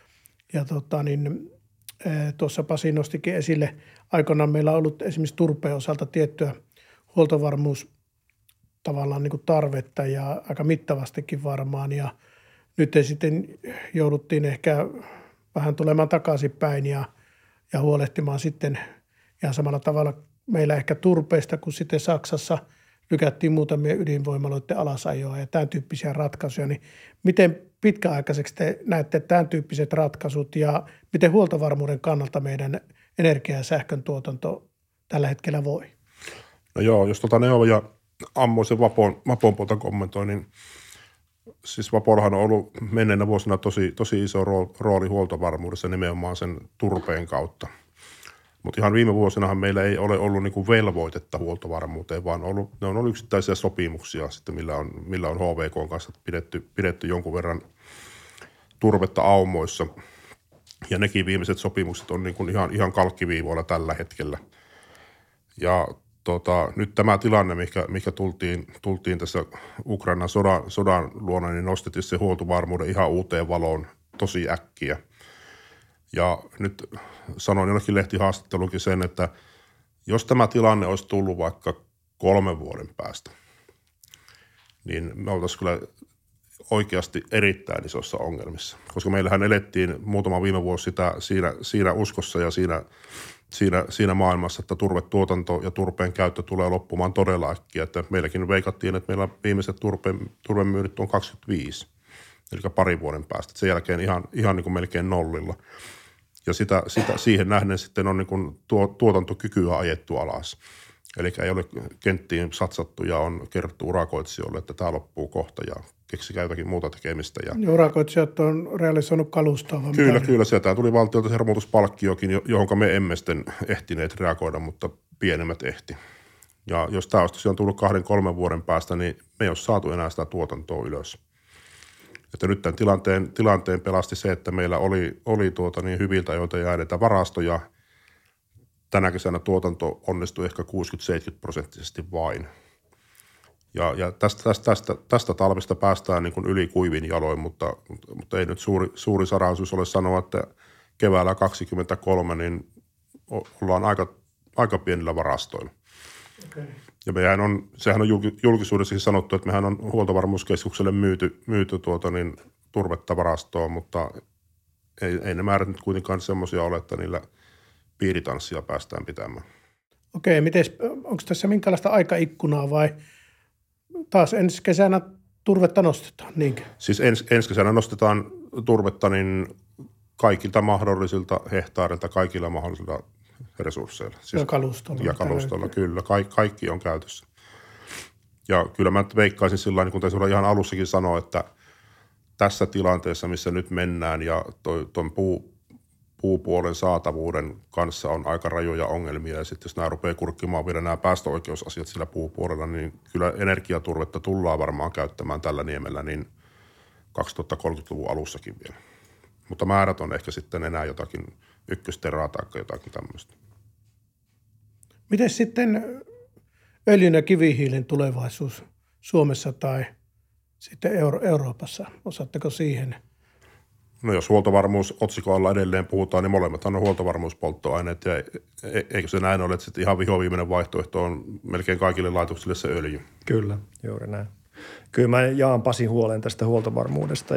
tuossa Pasi nostikin esille, aikoinaan meillä on ollut esimerkiksi turpeen osalta tiettyä huoltovarmuus tavallaan niin kuin tarvetta ja aika mittavastikin varmaan ja nyt sitten jouduttiin ehkä vähän tulemaan takaisinpäin ja huolehtimaan sitten ihan samalla tavalla meillä ehkä turpeesta kuin sitten Saksassa lykättiin muutamia ydinvoimaloiden alasajoa ja tämän tyyppisiä ratkaisuja, niin miten pitkäaikaiseksi te näette tämän tyyppiset ratkaisut ja miten huoltovarmuuden kannalta meidän energia- ja sähkön tuotanto tällä hetkellä voi? No joo, jos Neo ja Ammoisen Vapon puolta kommentoi, niin siis Vaporahan on ollut menneinä vuosina tosi iso rooli huoltovarmuudessa nimenomaan sen turpeen kautta. Mutta ihan viime vuosinahan meillä ei ole ollut niinku velvoitetta huoltovarmuuteen, vaan ne on ollut yksittäisiä sopimuksia, sitten millä on HVK:n kanssa pidetty jonkun verran turvetta aumoissa. Ja nekin viimeiset sopimukset on niinku ihan kalkkiviivoilla tällä hetkellä. Ja nyt tämä tilanne, mikä tultiin tässä Ukrainan sodan luona, niin nostettiin se huoltovarmuuden ihan uuteen valoon tosi äkkiä. Ja nyt sanoin jonnekin lehtihaastattelunkin sen, että jos tämä tilanne olisi tullut vaikka 3 vuoden päästä, niin me oltaisiin kyllä oikeasti erittäin isossa ongelmissa. Koska meillähän elettiin muutama viime vuosi siinä uskossa ja siinä maailmassa, että turvetuotanto ja turpeen käyttö tulee loppumaan todella äkkiä. Että meilläkin veikattiin, että meillä viimeiset turvemyynnit on 25, eli 2 vuoden päästä. Sen jälkeen ihan niin kuin melkein nollilla. Ja siihen nähden sitten on niin kuin tuotantokykyä ajettu alas. Eli ei ole kenttiin satsattu ja on kerrottu urakoitsijoille, että tämä loppuu kohta ja keksikää jotakin muuta tekemistä. Ja urakoitsijat on realisoinut kalustoa. Kyllä. Sieltä tuli valtiolta se romutuspalkkiokin, johon me emme sitten ehtineet reagoida, mutta pienemmät ehti. Ja jos tämä olisi tosiaan tullut 2-3 vuoden päästä, niin me ei ole saatu enää sitä tuotantoa ylös. Että nyt tämän tilanteen pelasti se, että meillä oli hyviltä ajoilta jääneitä varastoja. Tänä kesänä tuotanto onnistui ehkä 60-70% vain. Ja tästä talvesta päästään niin kuin yli kuivin jaloin, mutta ei nyt suuri saraisuus ole sanoa, että keväällä 2023 niin ollaan aika pienillä varastoilla. Okay. Ja sehän on julkisuudessakin sanottu, että mehän on Huoltovarmuuskeskukselle myyty turvetta varastoon, mutta ei ne määrät nyt kuitenkaan semmoisia ole, että niillä piiritanssia päästään pitämään. Okei, onko tässä minkälaista aikaikkunaa vai taas ensi kesänä turvetta nostetaan, niinkö? Siis ensi kesänä nostetaan turvetta niin kaikilta mahdollisilta hehtaarilta, kaikilla mahdollisilla resursseilla. Siis, ja kalustolla, kyllä. Kaikki on käytössä. Ja kyllä mä veikkaisin sillä niin kuin taisi olla ihan alussakin sanoa, että tässä tilanteessa, missä nyt mennään ja tuon puupuolen saatavuuden kanssa on aika rajoja ongelmia. Ja sitten jos nämä rupeaa kurkkimaan vielä nämä päästöoikeusasiat sillä puupuolella, niin kyllä energiaturvetta tullaan varmaan käyttämään tällä niemellä niin 2030-luvun alussakin vielä. Mutta määrät on ehkä sitten enää jotakin ykkösteraa tai jotakin tämmöistä. Miten sitten öljyn ja kivihiilen tulevaisuus Suomessa tai sitten Euroopassa? Osaatteko siihen? No jos huoltovarmuusotsikolla edelleen puhutaan, niin molemmathan on huoltovarmuuspolttoaineet. Ja eikö se näin ole, että sitten ihan vihoviimeinen vaihtoehto on melkein kaikille laitoksille se öljy? Kyllä, juuri näin. Kyllä mä jaan Pasin huolen tästä huoltovarmuudesta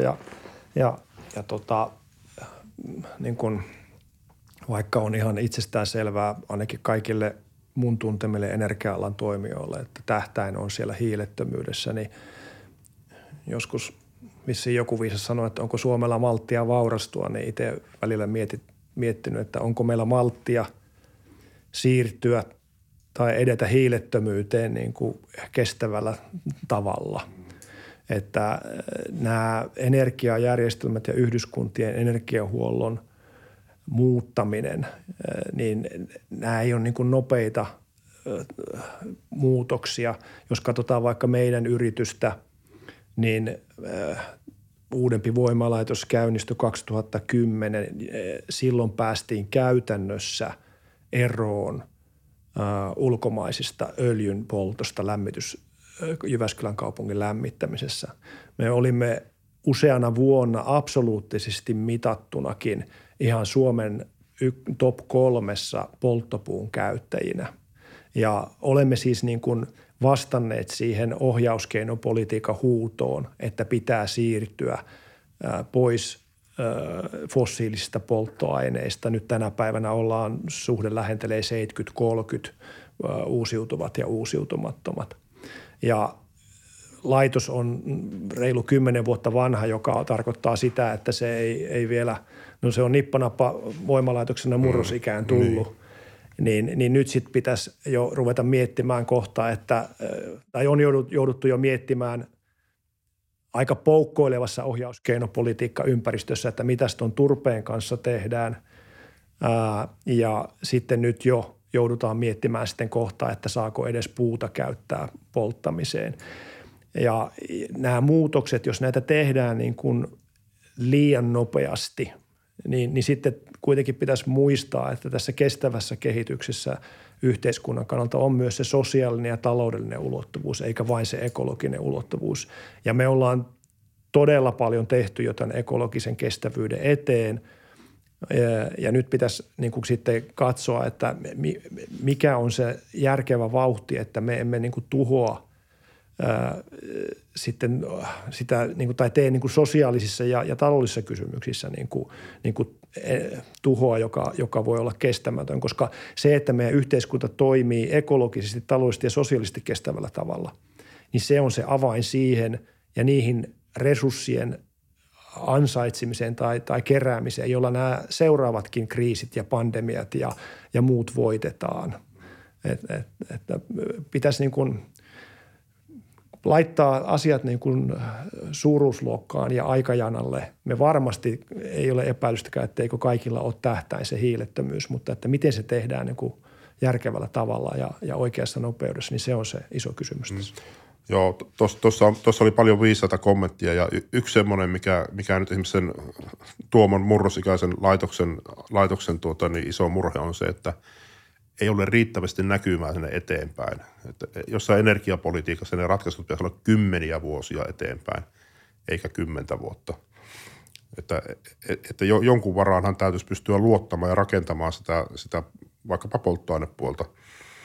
niin kun, vaikka on ihan itsestään selvää ainakin kaikille mun tuntemille energia-alan toimijoille, että tähtäin on siellä hiilettömyydessä, niin joskus vissiin joku viisas sanoi, että onko Suomella malttia vaurastua, niin itse välillä miettinyt, että onko meillä malttia siirtyä tai edetä hiilettömyyteen niin kuin kestävällä tavalla. Että nämä energiajärjestelmät ja yhdyskuntien energiahuollon muuttaminen, niin nämä ei ole niin kuin nopeita muutoksia. Jos katsotaan vaikka meidän yritystä, niin uudempi voimalaitos käynnistyi 2010. Silloin päästiin käytännössä eroon ulkomaisista öljyn poltosta Jyväskylän kaupungin lämmittämisessä. Me olimme useana vuonna absoluuttisesti mitattunakin ihan Suomen top 3 polttopuun käyttäjinä. Ja olemme siis niin kuin vastanneet siihen ohjauskeinopolitiikan huutoon, että pitää siirtyä pois fossiilisista polttoaineista. Nyt tänä päivänä suhde lähentelee 70-30 uusiutuvat ja uusiutumattomat. Ja laitos on reilu 10 vuotta vanha, joka tarkoittaa sitä, että se ei vielä, no se on nippanappa voimalaitoksena murrosikään tullut. Niin nyt sitten pitäisi jo ruveta miettimään kohtaa, tai on jouduttu jo miettimään aika poukkoilevassa ohjauskeinopolitiikka-ympäristössä, että mitäs tuon turpeen kanssa tehdään. Ja sitten nyt jo joudutaan miettimään sitten kohtaa, että saako edes puuta käyttää polttamiseen. Ja nämä muutokset, jos näitä tehdään niin kuin liian nopeasti, niin sitten kuitenkin pitäisi muistaa, että tässä kestävässä kehityksessä yhteiskunnan kannalta on myös se sosiaalinen ja taloudellinen ulottuvuus, eikä vain se ekologinen ulottuvuus. Ja me ollaan todella paljon tehty jo tämän ekologisen kestävyyden eteen. Ja nyt pitäisi niin kuin sitten katsoa, että mikä on se järkevä vauhti, että me emme niin kuin tuhoa sitten sitä niin kuin, tai tee niin kuin sosiaalisissa ja taloudellisissa kysymyksissä niin kuin tuhoa, joka voi olla kestämätön, koska se, että meidän yhteiskunta toimii ekologisesti, taloudellisesti ja sosiaalisesti kestävällä tavalla, niin se on se avain siihen ja niihin resurssien ansaitsemiseen tai keräämiseen, jolla nämä seuraavatkin kriisit ja pandemiat ja muut voitetaan. Että pitäisi niin kuin laittaa asiat niin kuin suuruusluokkaan ja aikajanalle. Me varmasti ei ole epäilystäkään, etteikö kaikilla ole tähtäin se hiilettömyys, mutta että miten se tehdään niin kuin järkevällä tavalla ja oikeassa nopeudessa, niin se on se iso kysymys tässä. Joo, tuossa oli paljon viisaita kommenttia ja yksi semmoinen, mikä nyt esimerkiksi sen Tuomon murrosikäisen laitoksen niin iso murhe on se, että ei ole riittävästi näkymää sinne eteenpäin. Että jossain energiapolitiikassa ne ratkaisut pitäisi olla 10 vuosia eteenpäin, eikä 10 vuotta. Että jonkun varaanhan täytyisi pystyä luottamaan ja rakentamaan sitä vaikkapa polttoainepuolta.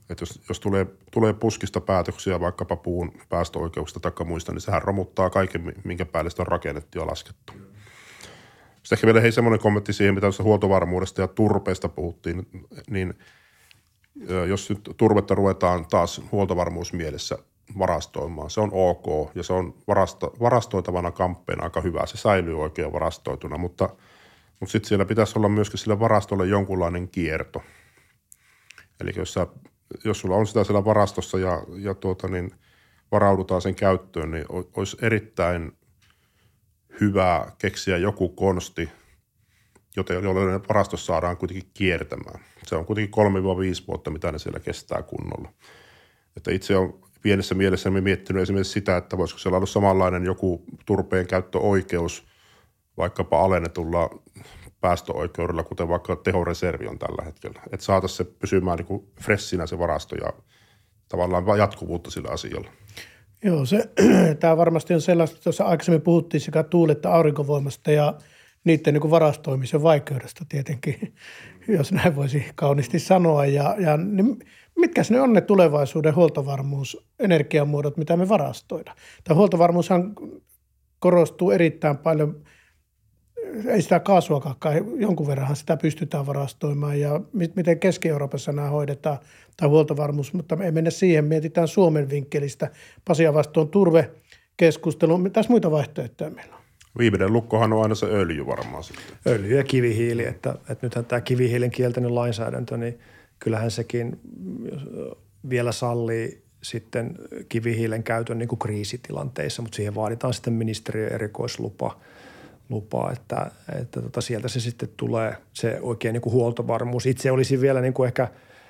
Että jos tulee puskista päätöksiä vaikkapa puun päästöoikeuksista tai muista, niin sehän romuttaa kaiken, minkä päälle sitä on rakennettu ja laskettu. Sitten ehkä vielä semmoinen kommentti siihen, mitä tuossa huoltovarmuudesta ja turpeesta puhuttiin, niin jos nyt turvetta ruvetaan taas huoltovarmuusmielessä varastoimaan, se on ok ja se on varastoitavana kamppeena aika hyvä. Se säilyy oikein varastoituna, mutta sitten siellä pitäisi olla myöskin sille varastolle jonkunlainen kierto. Eli jos sulla on sitä siellä varastossa ja varaudutaan sen käyttöön, niin olisi erittäin hyvä keksiä joku konsti, jolla varastossa saadaan kuitenkin kiertämään. Se on kuitenkin 3-5 vuotta, mitä ne siellä kestää kunnolla. Että itse olen pienessä mielessä miettinyt esimerkiksi sitä, että voisiko siellä olla samanlainen joku turpeen käyttöoikeus vaikkapa alennetulla päästöoikeudella, kuten vaikka tehoreservi on tällä hetkellä. Että saataisiin se pysymään niin kuin freshinä se varasto ja tavallaan jatkuvuutta sillä asialla. Joo, tämä varmasti on sellaista, että tuossa aikaisemmin puhuttiin sekä tuuli- että aurinkovoimasta ja niiden niin kuin varastoimisen vaikeudesta tietenkin, jos näin voisi kauniisti sanoa. Niin mitkä ne on ne tulevaisuuden huoltovarmuus, energiamuodot, mitä me varastoidaan? Tämä huoltovarmuushan korostuu erittäin paljon. Ei sitä kaasuakaan, jonkun verranhan sitä pystytään varastoimaan ja miten Keski-Euroopassa nämä hoidetaan, tai huoltovarmuus, mutta me ei mennä siihen, mietitään Suomen vinkkelistä. Pasia vastoin turvekeskustelu, mitäs muita vaihtoehtoja meillä on? Viimeinen lukkohan on aina se öljy varmaan sitten. Öljy ja kivihiili, että nythän tämä kivihiilen kieltäinen lainsäädäntö, niin kyllähän sekin vielä sallii sitten kivihiilen käytön niin kuin kriisitilanteissa, mutta siihen vaaditaan sitten ministeriön erikoislupa, että sieltä se sitten tulee se oikein niin kuin huoltovarmuus. Itse olisin vielä niin kuin ehkä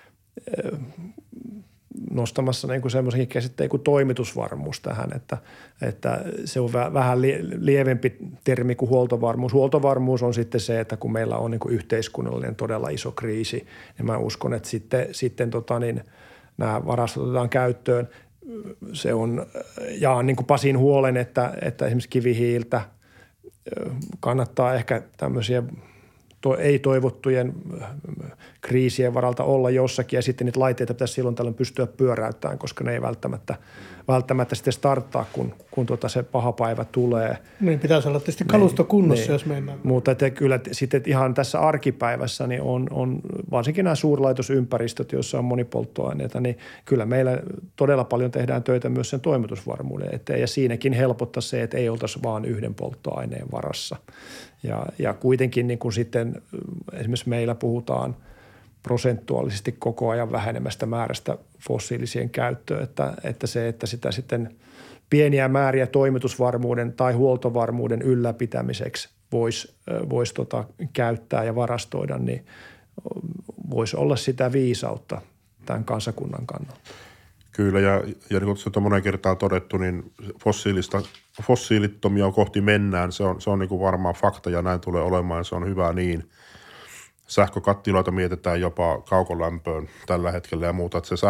nostamassa niin kuin semmoisenkin käsitteen kuin toimitusvarmuus tähän, että se on vähän lievempi termi kuin huoltovarmuus. Huoltovarmuus on sitten se, että kun meillä on niin kuin yhteiskunnallinen todella iso kriisi, niin mä uskon, että sitten nämä varastot otetaan käyttöön. Se on, jaan niin kuin Pasin huolen, että esimerkiksi kivihiiltä kannattaa ehkä tämmöisiä ei-toivottujen kriisien varalta olla jossakin ja sitten niitä laitteita pitäisi silloin tällöin pystyä pyöräyttämään, koska ne ei välttämättä sitten starttaa, kun se paha päivä tulee. Niin pitäisi olla tietysti kalusto kunnossa, jos mennään. Mutta että kyllä sitten ihan tässä arkipäivässä niin on varsinkin nämä suurlaitosympäristöt, joissa on monipolttoaineita, niin kyllä meillä todella paljon tehdään töitä myös sen toimitusvarmuuden eteen ja siinäkin helpottaa se, että ei oltaisi vaan yhden polttoaineen varassa. Ja kuitenkin niin kuin sitten esimerkiksi meillä puhutaan prosentuaalisesti koko ajan vähenemästä määrästä fossiilisien käyttöön, että sitä sitten pieniä määriä toimitusvarmuuden tai huoltovarmuuden ylläpitämiseksi voisi käyttää ja varastoida, niin voisi olla sitä viisautta tämän kansakunnan kannalta. Kyllä, ja niin kuin se on monen kertaan todettu, niin fossiilittomia kohti mennään. Se on niin kuin varmaan fakta ja näin tulee olemaan ja se on hyvä niin. Sähkökattiloita mietitään jopa kaukolämpöön tällä hetkellä ja muuta, että se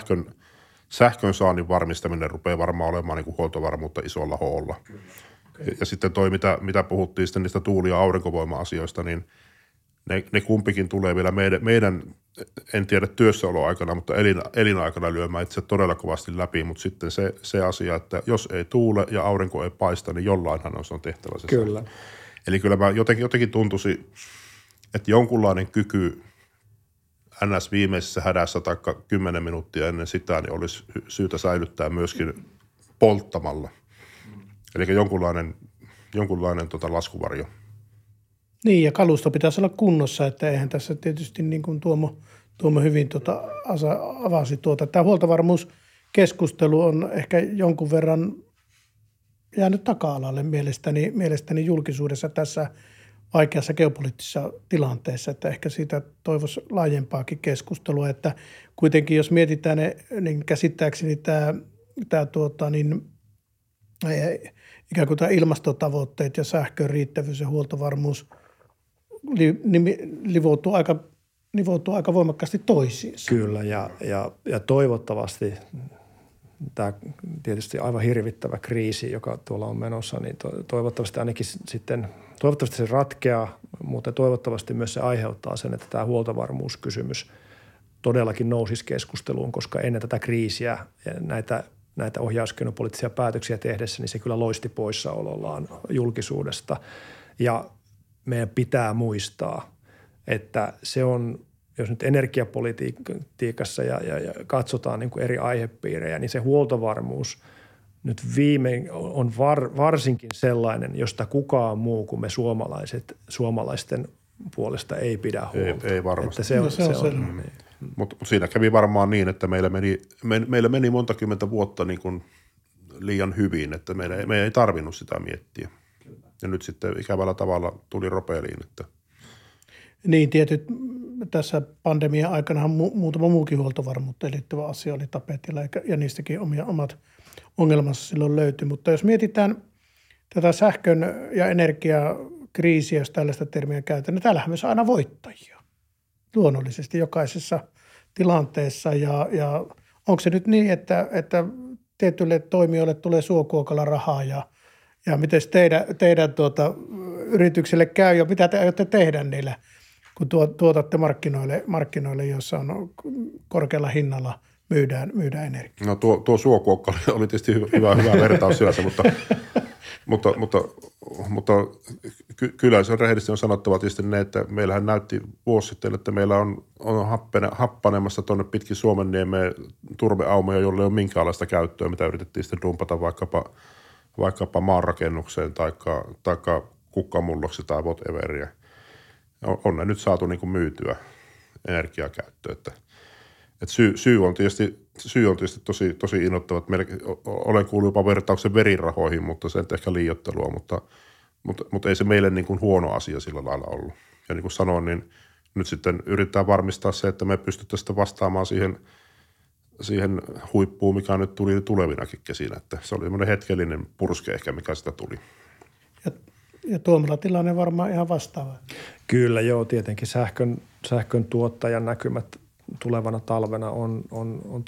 sähkön saannin varmistaminen rupeaa varmaan olemaan niin kuin huoltovarmuutta isolla hoolla. Okay. Ja sitten toi, mitä puhuttiin sitten niistä tuuli- ja aurinkovoima-asioista, niin ne kumpikin tulee vielä meidän en tiedä työssäoloaikana, mutta elinaikana lyömään itse todella kovasti läpi, mutta sitten se asia, että jos ei tuule ja aurinko ei paista, niin jollainhan on tehtävä se. Kyllä. Eli kyllä mä jotenkin tuntuisi, että jonkunlainen kyky NS viimeisessä hädässä tai 10 minuuttia ennen sitä, niin olisi syytä säilyttää myöskin polttamalla. Eli jonkunlainen laskuvarjo. Niin, ja kalusto pitäisi olla kunnossa, että eihän tässä tietysti niin kuin Tuomo hyvin avasi Tämä huoltovarmuuskeskustelu on ehkä jonkun verran jäänyt taka-alalle mielestäni julkisuudessa tässä vaikeassa geopoliittisessa tilanteessa, että ehkä siitä toivoisi laajempaakin keskustelua, että kuitenkin jos mietitään ne, niin käsittääkseni ikään kuin tämä ilmastotavoitteet ja sähkön riittävyys ja huoltovarmuus nivoutuu aika voimakkaasti toisiinsa. Kyllä, ja toivottavasti tämä tietysti aivan hirvittävä kriisi, joka tuolla on menossa, niin toivottavasti ainakin sitten, toivottavasti se ratkeaa, mutta toivottavasti myös se aiheuttaa sen, että tämä huoltovarmuuskysymys todellakin nousisi keskusteluun, koska ennen tätä kriisiä ja näitä ohjauskeinopoliittisia päätöksiä tehdessä, niin se kyllä loisti poissaolollaan julkisuudesta. Ja meidän pitää muistaa, että se on, jos nyt energiapolitiikassa ja katsotaan niin kuin eri aihepiirejä, niin se huoltovarmuus nyt viimein on varsinkin sellainen, josta kukaan muu kuin me suomalaisten puolesta ei pidä huolta. Ei varmasti. Se on. Mutta siinä kävi varmaan niin, että meillä meni monta kymmentä vuotta niin kuin liian hyvin, että meidän ei tarvinnut sitä miettiä. Ja nyt sitten ikävällä tavalla tuli ropeeliin. Että. Niin, tietyt tässä pandemian aikana muutama muukin huoltovarmuuteen liittyvä asia oli tapetilla ja niistäkin omat ongelmansa silloin löytyi. Mutta jos mietitään tätä sähkön ja energiakriisiä, jos tällaista termiä käytetään, niin täällähän myös aina voittajia luonnollisesti jokaisessa tilanteessa. Ja onko se nyt niin, että tietyille toimijoille tulee suokuokalla rahaa ja miten teidän yrityksille käy ja mitä te aiotte tehdä niillä, kun tuotatte markkinoille, joissa on korkealla hinnalla myydään energiaa? No tuo suokuokka oli tietysti hyvä vertaus sinänsä, mutta kyllä se rehellisesti on sanottava tietysti ne, että meillähän näytti vuosi sitten, että meillä on happanemassa tuonne pitkin Suomenniemeen turveaumoja, jolle ei ole minkäänlaista käyttöä, mitä yritettiin sitten dumpata vaikkapa maanrakennukseen tai kukkamulloksi tai whateveria. On ne nyt saatu niin kuin myytyä energiakäyttöön. Että syy on tietysti tosi innoittava. Olen kuullut jopa vertauksen verirahoihin, mutta se on ehkä liioittelua, mutta ei se meille niin kuin huono asia sillä lailla ollut. Ja niin kuin sanoin, niin nyt sitten yritetään varmistaa se, että me pystyttäisiin vastaamaan siihen huippuun, mikä nyt tuli tulevinakin kesinä. Että se oli semmoinen hetkellinen purske ehkä, mikä sitä tuli. Ja Tuomola tilanne varmaan ihan vastaava. Kyllä joo, tietenkin sähkön tuottajan näkymät tulevana talvena on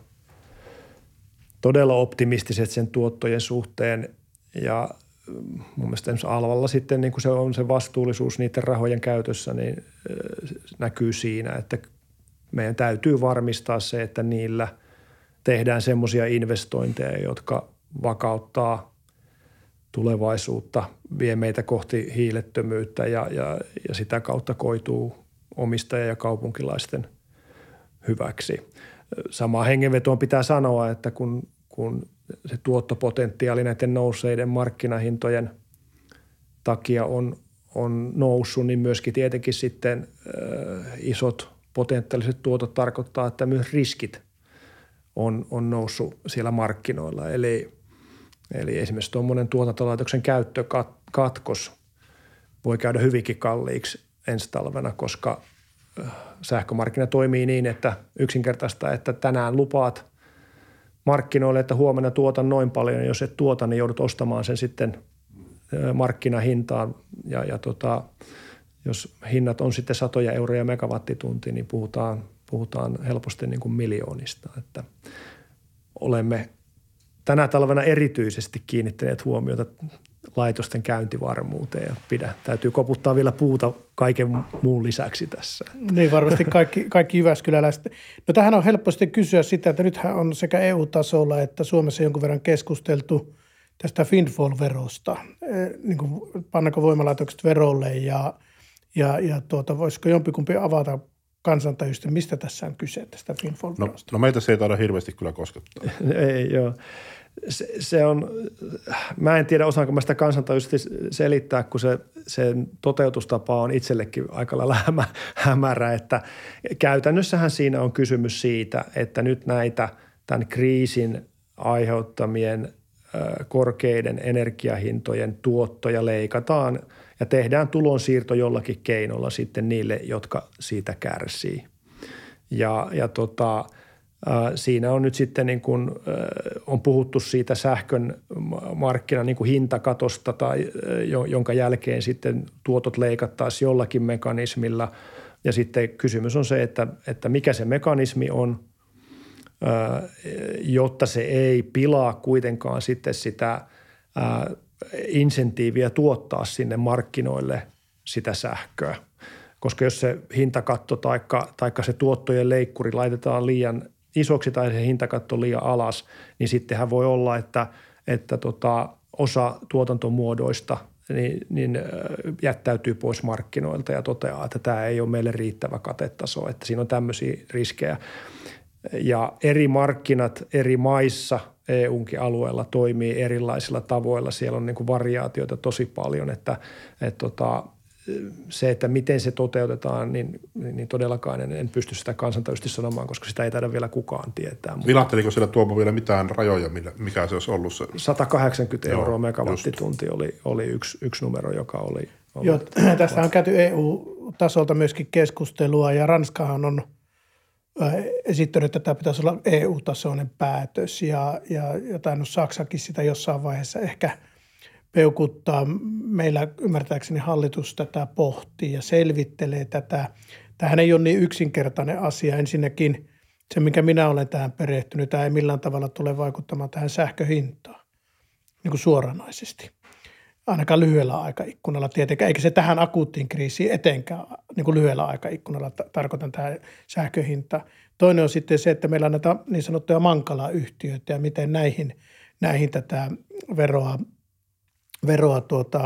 todella optimistiset sen tuottojen suhteen ja mun mielestä Alvalla sitten niin kuin se on se vastuullisuus niiden rahojen käytössä, niin näkyy siinä, että meidän täytyy varmistaa se, että niillä tehdään semmoisia investointeja, jotka vakauttaa tulevaisuutta, vie meitä kohti hiilettömyyttä ja sitä kautta koituu omistaja- ja kaupunkilaisten hyväksi. Samaan hengenvetoon pitää sanoa, että kun se tuottopotentiaali näiden nousseiden markkinahintojen takia on noussut, niin myöskin tietenkin sitten isot potentiaaliset tuotot tarkoittaa, että myös riskit on noussut siellä markkinoilla. Eli esimerkiksi tuommoinen tuotantolaitoksen käyttökatkos voi käydä hyvinkin kalliiksi ensi talvena, koska sähkömarkkina toimii niin, että yksinkertaista, että tänään lupaat markkinoille, että huomenna tuotan noin paljon, ja jos et tuota, niin joudut ostamaan sen sitten markkinahintaan. Jos hinnat on sitten satoja euroja megawattitunti, niin puhutaan helposti niin kuin miljoonista. Että olemme tänä talvena erityisesti kiinnittäneet huomiota laitosten käyntivarmuuteen ja täytyy koputtaa vielä puuta kaiken muun lisäksi tässä. Niin varmasti kaikki jyväskyläläiset. No tähän on helppo sitten kysyä sitä, että nythän on sekä EU-tasolla että Suomessa jonkun verran keskusteltu tästä windfall-verosta, niin kuin pannaanko voimalaitokset verolle ja voisiko jompikumpi avata kansantajuisesti, mistä tässä on kyse tästä windfall-verosta? No meitä se ei taida hirveästi kyllä koskettaa. Ei joo. Se on, mä en tiedä osaanko mä sitä kansantajuisesti selittää, kun se toteutustapa on itsellekin aika lailla hämärä, että käytännössähän siinä on kysymys siitä, että nyt näitä tämän kriisin aiheuttamien korkeiden energiahintojen tuottoja leikataan ja tehdään tulonsiirto jollakin keinolla sitten niille, jotka siitä kärsii. Siinä on nyt sitten niin kuin, on puhuttu siitä sähkön markkinan niin kuin hintakatosta tai jonka jälkeen sitten tuotot leikattaisiin jollakin mekanismilla. Ja sitten kysymys on se, että mikä se mekanismi on, jotta se ei pilaa kuitenkaan sitten sitä insentiiviä tuottaa sinne markkinoille sitä sähköä. koska jos se hintakatto taikka se tuottojen leikkuri laitetaan liian isoksi tai se hintakatto liian alas, niin sittenhän voi olla, että osa tuotantomuodoista niin jättäytyy pois markkinoilta ja toteaa, että tämä ei ole meille riittävä katetaso, että siinä on tämmöisiä riskejä. Ja eri markkinat eri maissa EU:nkin alueella toimii erilaisilla tavoilla. Siellä on niin kuin variaatioita tosi paljon, että se, että miten se toteutetaan, niin todellakaan en pysty sitä kansantajuisesti sanomaan, koska sitä ei taida vielä kukaan tietää. Vilahteliko siellä Tuomo vielä mitään rajoja, mikä se olisi ollut? 180 € megawattitunti oli yksi numero, joka oli. Joo, tästä on käyty EU-tasolta myöskin keskustelua ja Ranskahan on esittänyt, että tämä pitäisi olla EU-tasoinen päätös ja tainnut Saksakin sitä jossain vaiheessa ehkä peukuttaa. Meillä ymmärtääkseni hallitus tätä pohtii ja selvittelee tätä. Tämähän ei ole niin yksinkertainen asia. Ensinnäkin se, minkä minä olen tähän perehtynyt, tämä ei millään tavalla tule vaikuttamaan tähän sähköhintaan niin kuin suoranaisesti. Ainakaan lyhyellä aikaikkunalla tietenkään, eikä se tähän akuuttiin kriisiin etenkään niin kuin lyhyellä aikaikkunalla tarkoitan tähän sähköhintaan. Toinen on sitten se, että meillä on näitä niin sanottuja Mankala-yhtiöitä ja miten näihin tätä veroa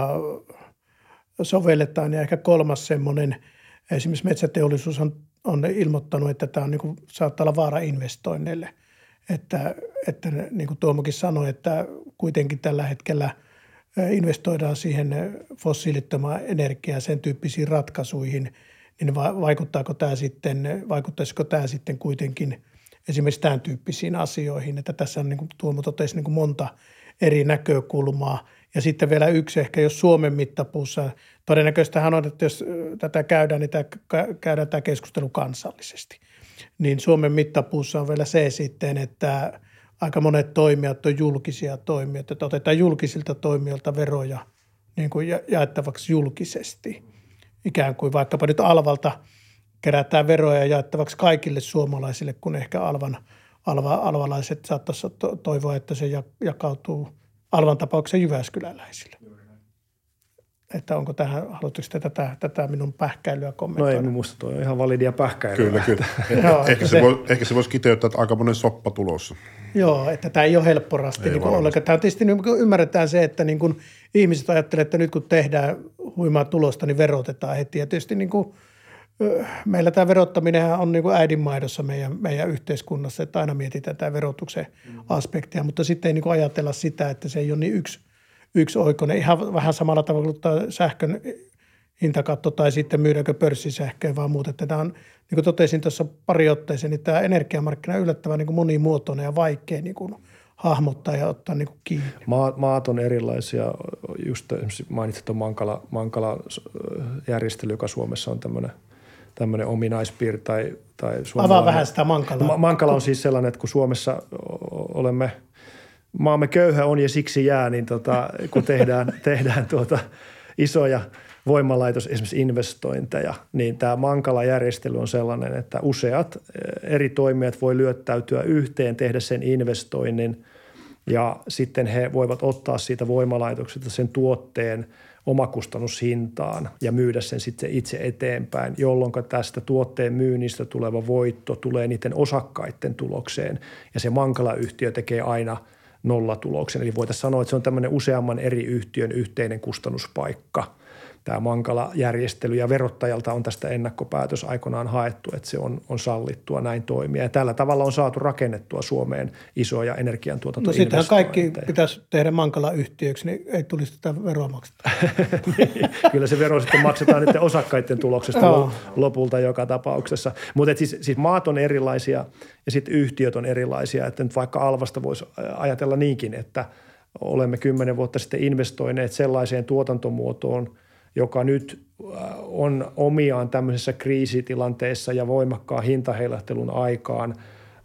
sovelletaan. Ja ehkä kolmas semmoinen, esimerkiksi metsäteollisuus on ilmoittanut, että tämä on niin kuin, saattaa olla vaara investoinneille. Että niin kuin Tuomokin sanoi, että kuitenkin tällä hetkellä investoidaan siihen fossiilittomaan energiaan, sen tyyppisiin ratkaisuihin, niin vaikuttaisiko tämä sitten kuitenkin esimerkiksi tämän tyyppisiin asioihin, että tässä on niin kuin Tuomo totesi niin kuin monta eri näkökulmaa. Ja sitten vielä yksi ehkä, jos Suomen mittapuussa, todennäköistähän on, että jos tätä käydään, niin käydään tämä keskustelu kansallisesti. Niin Suomen mittapuussa on vielä se sitten, että aika monet toimijat on julkisia toimijoita, että otetaan julkisilta toimijoilta veroja niin kuin jaettavaksi julkisesti. Ikään kuin vaikkapa nyt Alvalta kerätään veroja jaettavaksi kaikille suomalaisille, kun ehkä alvalaiset saattaisi toivoa, että se jakautuu Alvan tapauksen jyväskyläläisille. Että onko tähän, haluatteko tätä minun pähkäilyä kommentoida? No ei, minusta tuo on ihan validia pähkäilyä. Kyllä. Ehkä se voisi kiteyttää, että aika monen soppa tulossa. Joo, että tämä ei ole helpporasti niin ollenkaan. Tämä tietysti niin ymmärretään se, että niin kuin ihmiset ajattelevat, että nyt kun tehdään huimaa tulosta, niin verotetaan heti. Ja tietysti niin kuin, meillä tämä verottaminen on niin kuin äidinmaidossa meidän yhteiskunnassa, että aina mietitään tämä verotuksen aspektia, mutta sitten ei niin kuin ajatella sitä, että se ei ole niin yksioikoinen. Ihan vähän samalla tavalla kuin tämä sähkön hintakatto tai sitten myydäänkö pörssisähköä vaan muuta. Tämä on, niin kuin totesin tuossa pari otteeseen, niin tämä energiamarkkina on yllättävän niin kuin monimuotoinen ja vaikea niin kuin hahmottaa ja ottaa niin kuin kiinni. Maat on erilaisia. Just mainitsit tuon Mankala-järjestely, joka Suomessa on tämmöinen ominaispiirre. Tai avaa vähän sitä Mankalaa. Mankala on siis sellainen, että kun Suomessa olemme – maamme köyhä on ja siksi jää, niin kun tehdään isoja esimerkiksi investointeja, niin tämä Mankala-järjestely on sellainen, että useat eri toimijat voi lyöttäytyä yhteen, tehdä sen investoinnin ja sitten he voivat ottaa siitä voimalaitokselta sen tuotteen omakustannushintaan ja myydä sen sitten itse eteenpäin, jolloin tästä tuotteen myynnistä tuleva voitto tulee niiden osakkaiden tulokseen ja se Mankala-yhtiö tekee aina nollatuloksen. Eli voitaisiin sanoa, että se on tämmöinen useamman eri yhtiön yhteinen kustannuspaikka. Tämä Mankala-järjestely ja verottajalta on tästä ennakkopäätös aikoinaan haettu, että se on sallittua näin toimia. Ja tällä tavalla on saatu rakennettua Suomeen isoja energiantuotantoinvestointeja. No sittenhän kaikki pitäisi tehdä Mankala-yhtiöksi, niin ei tulisi tätä veroa maksata. Niin, kyllä se vero sitten maksetaan niiden osakkaiden tuloksesta lopulta joka tapauksessa. Mutta siis maat on erilaisia ja sitten yhtiöt on erilaisia. Että nyt vaikka Alvasta voisi ajatella niinkin, että olemme 10 vuotta sitten investoineet sellaiseen tuotantomuotoon, joka nyt on omiaan tämmöisessä kriisitilanteessa ja voimakkaan hintaheilahtelun aikaan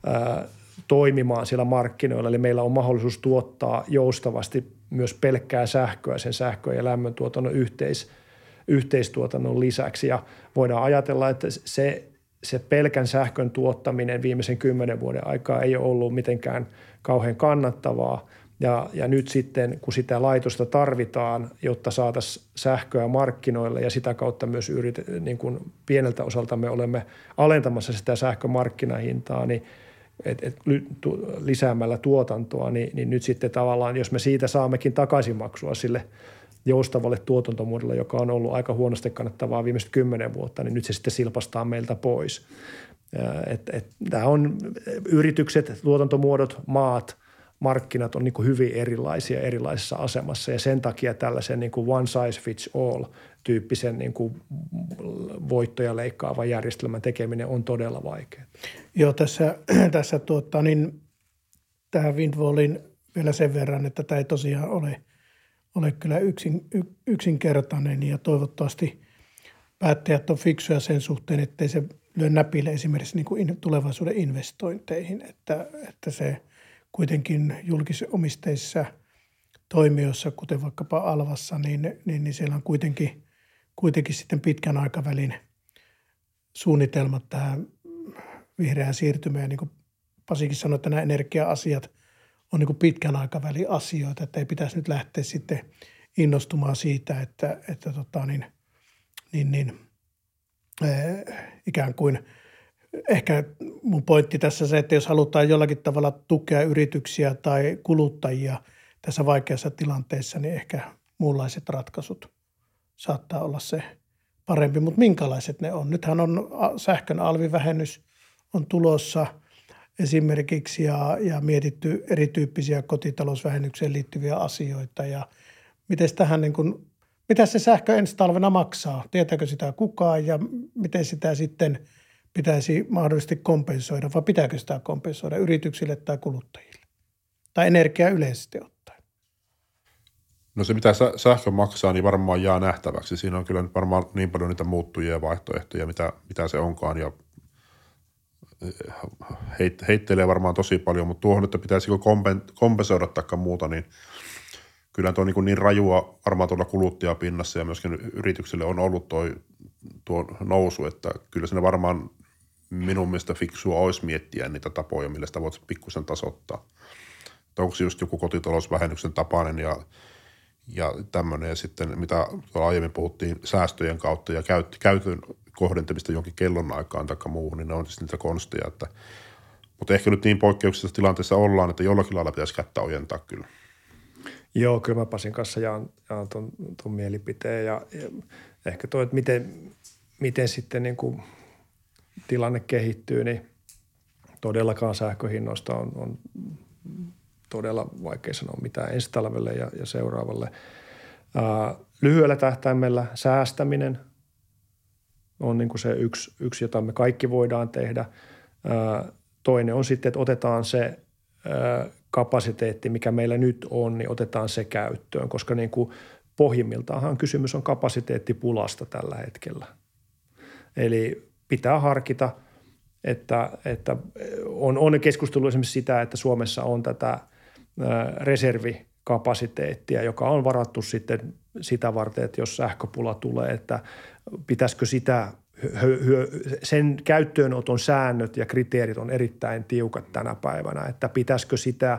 toimimaan siellä markkinoilla. Eli meillä on mahdollisuus tuottaa joustavasti myös pelkkää sähköä sen sähkö- ja lämmöntuotannon yhteistuotannon lisäksi. Ja voidaan ajatella, että se pelkän sähkön tuottaminen viimeisen 10 vuoden aikaa ei ole ollut mitenkään kauhean kannattavaa. Ja nyt sitten, kun sitä laitosta tarvitaan, jotta saataisiin sähköä markkinoille ja sitä kautta myös niin kuin pieneltä osalta me olemme alentamassa sitä sähkömarkkinahintaa, niin lisäämällä tuotantoa, niin nyt sitten tavallaan, jos me siitä saammekin takaisinmaksua sille joustavalle tuotantomuodolle, joka on ollut aika huonosti kannattavaa viimeiset 10 vuotta, niin nyt se sitten silpastaa meiltä pois. Tämä on yritykset, tuotantomuodot, maat, markkinat on niin kuin hyvin erilaisia erilaisessa asemassa ja sen takia tällaisen niin kuin one size fits all -tyyppisen niin kuin voittoja leikkaavan järjestelmän tekeminen on todella vaikeaa. Joo, tässä tähän Windfallin vielä sen verran, että tämä ei tosiaan ole kyllä yksinkertainen ja toivottavasti päättäjät on fiksuja sen suhteen, ettei se lyö näpille esimerkiksi niin kuin tulevaisuuden investointeihin, että se kuitenkin julkisomisteisissa toimijoissa, kuten vaikkapa Alvassa, niin siellä on kuitenkin sitten pitkän aikavälin suunnitelmat tähän vihreään siirtymään. Niin kuin Pasikin sanoi, että nämä energia-asiat on niin kuin pitkän aikavälin asioita, että ei pitäisi nyt lähteä sitten innostumaan siitä, että ikään kuin ehkä mun pointti tässä se, että jos halutaan jollakin tavalla tukea yrityksiä tai kuluttajia tässä vaikeassa tilanteessa, niin ehkä muunlaiset ratkaisut saattaa olla se parempi. Mutta minkälaiset ne on? Nythän on sähkön alvivähennys on tulossa esimerkiksi ja mietitty erityyppisiä kotitalousvähennykseen liittyviä asioita. Ja mitä se sähkö ensi talvena maksaa? Tietääkö sitä kukaan ja miten sitä sitten pitäisi mahdollisesti kompensoida vai pitääkö sitä kompensoida yrityksille tai kuluttajille tai energiaa yleisesti ottaen? No se, mitä sähkö maksaa, niin varmaan jää nähtäväksi. Siinä on kyllä varmaan niin paljon niitä muuttujia ja vaihtoehtoja, mitä se onkaan ja heittelee varmaan tosi paljon, mutta tuohon, että pitäisikö kompensoida tai muuta, niin kyllä tuo niin rajua varmaan tuolla kuluttajapinnassa ja myöskin yrityksille on ollut tuo nousu, että kyllä siinä varmaan minun mielestä fiksua olisi miettiä niitä tapoja, millä sitä voitaisiin pikkusen tasoittaa. Että onko se just joku kotitalousvähennyksen tapainen ja tämmöinen ja sitten mitä aiemmin puhuttiin säästöjen kautta ja käytön kohdentamista jonkin kellonaikaan tai muuhun, niin ne on siis niitä konsteja. Mutta ehkä nyt niin poikkeuksellisessa tilanteessa ollaan, että jollakin lailla pitäisi kättä ojentaa kyllä. Joo, kyllä mä Pasin kanssa jaan ton mielipiteen ja ehkä toi, että miten sitten niin kuin tilanne kehittyy, niin todellakaan sähköhinnoista on todella vaikea sanoa mitään ensi talvelle ja seuraavalle. Lyhyellä tähtäimellä säästäminen on niin kuin se yksi, jota me kaikki voidaan tehdä. Toinen on sitten, että otetaan se kapasiteetti, mikä meillä nyt on, niin otetaan se käyttöön, koska niin kuin pohjimmiltaanhan kysymys on kapasiteettipulasta tällä hetkellä. Eli pitää harkita, että on keskustelua esimerkiksi sitä, että Suomessa on tätä reservikapasiteettia, joka on varattu sitten sitä varten, että jos sähköpula tulee, että pitäisikö sitä sen käyttöönoton säännöt ja kriteerit on erittäin tiukat tänä päivänä, että pitäisikö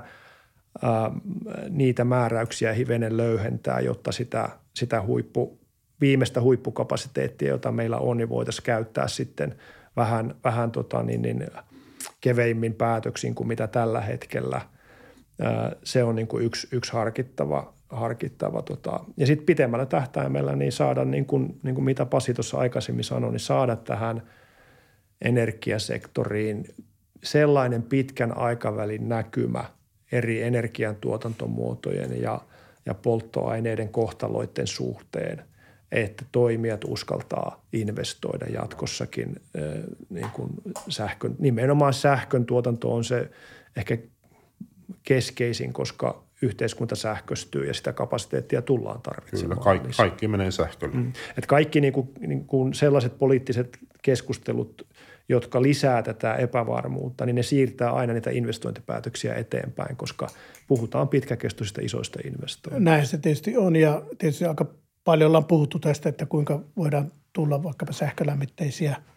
niitä määräyksiä hivenen löyhentää, jotta sitä viimeistä huippukapasiteettia, jota meillä on, niin voitaisiin käyttää sitten vähän keveimmin päätöksin kuin mitä tällä hetkellä. Se on niin kuin yksi harkittava. Ja sitten pitemmällä tähtäimellä niin saada, niin kuin mitä Pasi tuossa aikaisemmin sanoi, niin saada tähän energiasektoriin sellainen pitkän aikavälin näkymä eri energiantuotantomuotojen ja polttoaineiden kohtaloiden suhteen, että toimijat uskaltaa investoida jatkossakin. Niin kuin nimenomaan sähkön tuotanto on se ehkä keskeisin, koska yhteiskunta sähköistyy ja sitä kapasiteettia tullaan tarvitsemaan. Kyllä, kaikki menee sähkölle. Et kaikki niin kuin sellaiset poliittiset keskustelut, jotka lisää tätä epävarmuutta, niin ne siirtää aina niitä investointipäätöksiä eteenpäin, koska puhutaan pitkäkestoisista isoista investoinneista. Näin se tietysti on ja tietysti aika paljon ollaan puhuttu tästä, että kuinka voidaan tulla vaikkapa sähkölämmitteisiä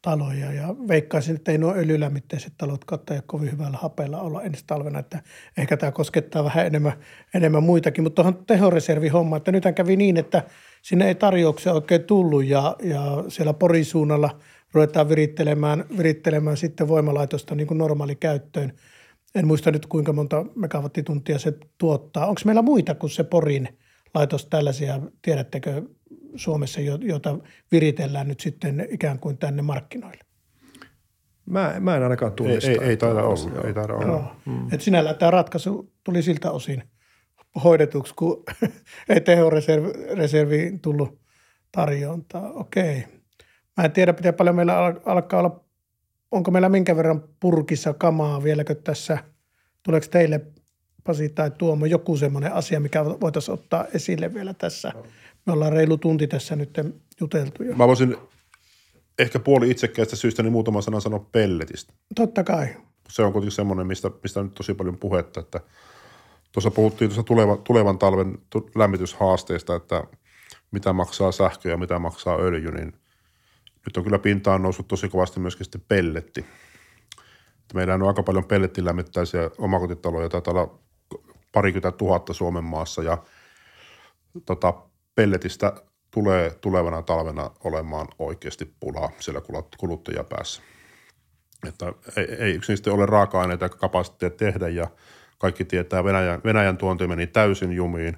taloja ja veikkaisin, että ei nuo öljylämmitteiset talot kattaja kovin hyvällä hapeella olla ensi talvena, että ehkä tämä koskettaa vähän enemmän muitakin, mutta tuohon tehoreservihommaan, että nythän kävi niin, että sinne ei tarjouksia oikein tullut ja siellä Porin suunnalla ruvetaan virittelemään sitten voimalaitosta niin kuin normaali käyttöön. En muista nyt kuinka monta megawattituntia se tuottaa. Onko meillä muita kuin se Porin laitos tällaisia, tiedättekö Suomessa, joita viritellään nyt sitten ikään kuin tänne markkinoille? Mä en ainakaan tunnista. Ei taida olla. Et sinällään tämä ratkaisu tuli siltä osin hoidetuksi, kun ei tehoreserviin tullut tarjontaa. Okei. Mä en tiedä, miten paljon meillä alkaa olla, onko meillä minkä verran purkissa kamaa vieläkö tässä, tuleeko teille Pasi tai Tuomo joku semmoinen asia, mikä voitaisiin ottaa esille vielä tässä? Me ollaan reilu tunti tässä nyt juteltu jo. Mä voisin ehkä puoli itsekkäistä syystä niin muutama sana sanoa pelletistä. Totta kai. Se on kuitenkin semmoinen, mistä on nyt tosi paljon puhetta, että tuossa puhuttiin tulevan talven lämmityshaasteista, että mitä maksaa sähkö ja mitä maksaa öljy, niin nyt on kyllä pintaan noussut tosi kovasti myöskin sitten pelletti. Meillä on aika paljon pellettilämmittäisiä omakotitaloja, taitaa olla 20 000 Suomen maassa ja pelletistä tulee tulevana talvena olemaan oikeasti pulaa siellä kuluttajapäässä. Että ei yksinkertaisesti ole raaka-aineita eikä kapasiteettia tehdä ja kaikki tietää, Venäjän tuonti meni täysin jumiin.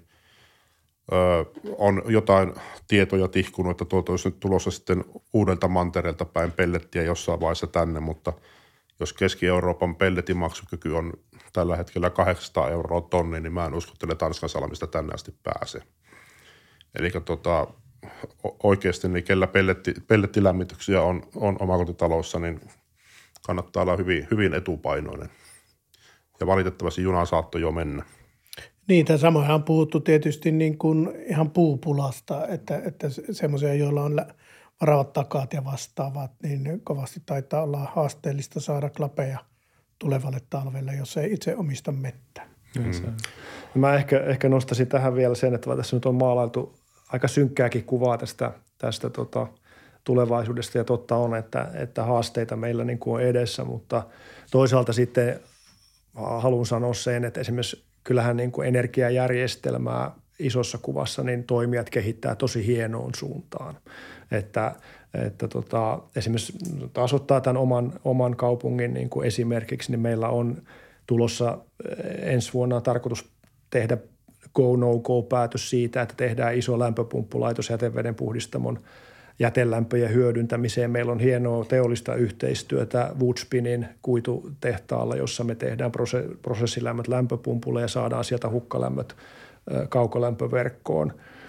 On jotain tietoja tihkunut, että tuolta olisi nyt tulossa sitten uudelta mantereelta päin pellettiä jossain vaiheessa tänne, mutta jos Keski-Euroopan pelletimaksukyky on tällä hetkellä 800 € tonni, niin mä en uskottele, että Tanskan salamista tänne asti pääsee. Eli oikeasti niin kellä pellettilämmityksiä on omakotitaloissa, niin kannattaa olla hyvin etupainoinen. Ja valitettavasti juna saattoi jo mennä. Niin, tämä samoin on puhuttu tietysti niin kuin ihan puupulasta, että semmoisia, joilla on varavat takat ja vastaavat, niin kovasti taitaa olla haasteellista saada klapeja tulevalle talvelle, jos ei itse omista mettää. Mä ehkä nostaisin tähän vielä sen, että tässä nyt on maalailtu aika synkkääkin kuvaa tästä tulevaisuudesta ja totta on, että haasteita meillä niin kuin on edessä, mutta toisaalta sitten haluan sanoa sen, että esimerkiksi kyllähän niin kuin energiajärjestelmää isossa kuvassa niin toimijat kehittää tosi hienoon suuntaan, että esimerkiksi taas ottaa tämän oman kaupungin niin kuin esimerkiksi, niin meillä on tulossa ensi vuonna tarkoitus tehdä go-no-go-päätös siitä, että tehdään iso lämpöpumppulaitos jätevedenpuhdistamon jätelämpöjen hyödyntämiseen. Meillä on hienoa teollista yhteistyötä Woodspinin kuitutehtaalla, jossa me tehdään prosessilämmöt lämpöpumpulle ja saadaan sieltä hukkalämmöt kaukolämpöverkkoon.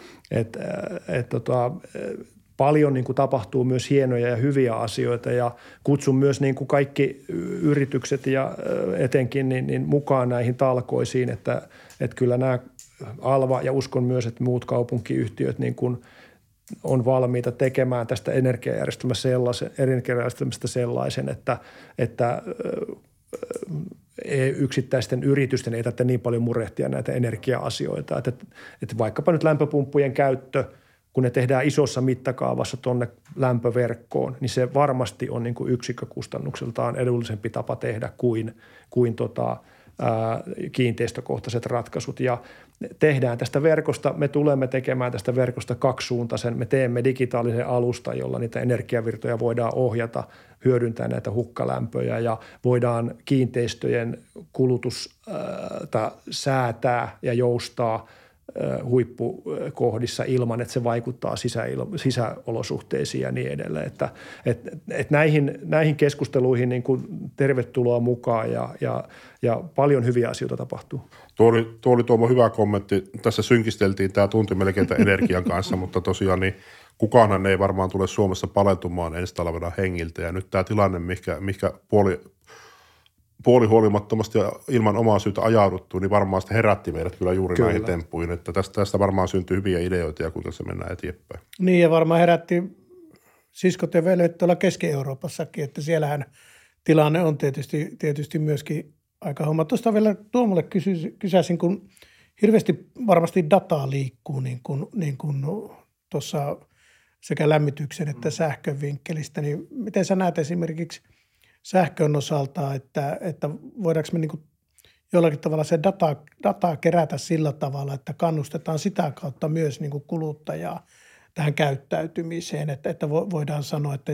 Paljon niin kuin tapahtuu myös hienoja ja hyviä asioita ja kutsun myös niin kuin kaikki yritykset ja etenkin niin mukaan näihin talkoisiin, että kyllä nämä Alva ja uskon myös, että muut kaupunkiyhtiöt niin kuin on valmiita tekemään tästä energiajärjestelmästä sellaisen, että yksittäisten yritysten ei tarvitse niin paljon murehtia näitä energia-asioita. Että vaikkapa nyt lämpöpumppujen käyttö, kun ne tehdään isossa mittakaavassa tuonne lämpöverkkoon, niin se varmasti on niin kuin yksikkökustannukseltaan edullisempi tapa tehdä kuin kiinteistökohtaiset ratkaisut. Ja tehdään tästä verkosta, me tulemme tekemään tästä verkosta kaksisuuntaisen. Me teemme digitaalisen alusta, jolla niitä energiavirtoja voidaan ohjata, hyödyntää näitä hukkalämpöjä ja voidaan kiinteistöjen kulutusta säätää ja joustaa huippukohdissa ilman, että se vaikuttaa sisäolosuhteisiin ja niin edelleen. Että näihin keskusteluihin niin kuin tervetuloa mukaan ja paljon hyviä asioita tapahtuu. Tuo oli Tuomo hyvä kommentti. Tässä synkisteltiin tämä tunti melkein energian kanssa, mutta tosiaan niin kukaanhan ei varmaan tule Suomessa paleltumaan ensi talvena hengiltä. Ja nyt tämä tilanne, mikä puolihuolimattomasti ja ilman omaa syytä ajauduttu, niin varmaan sitä herätti meidät kyllä juuri näihin temppuihin. Että tästä varmaan syntyy hyviä ideoita ja kuinka se mennään eteenpäin. Niin ja varmaan herätti siskot ja veljet tuolla Keski-Euroopassakin, että siellähän tilanne on tietysti myöskin aika homma. Tuosta vielä Tuomolle kysäisin, kun hirveästi varmasti dataa liikkuu niin kuin tuossa sekä lämmityksen että sähkön vinkkelistä. Niin miten sä näet esimerkiksi sähkön osalta, että voidaanko me niin kuin jollakin tavalla se dataa kerätä sillä tavalla, että kannustetaan sitä kautta myös niin kuin kuluttajaa tähän käyttäytymiseen, että voidaan sanoa, että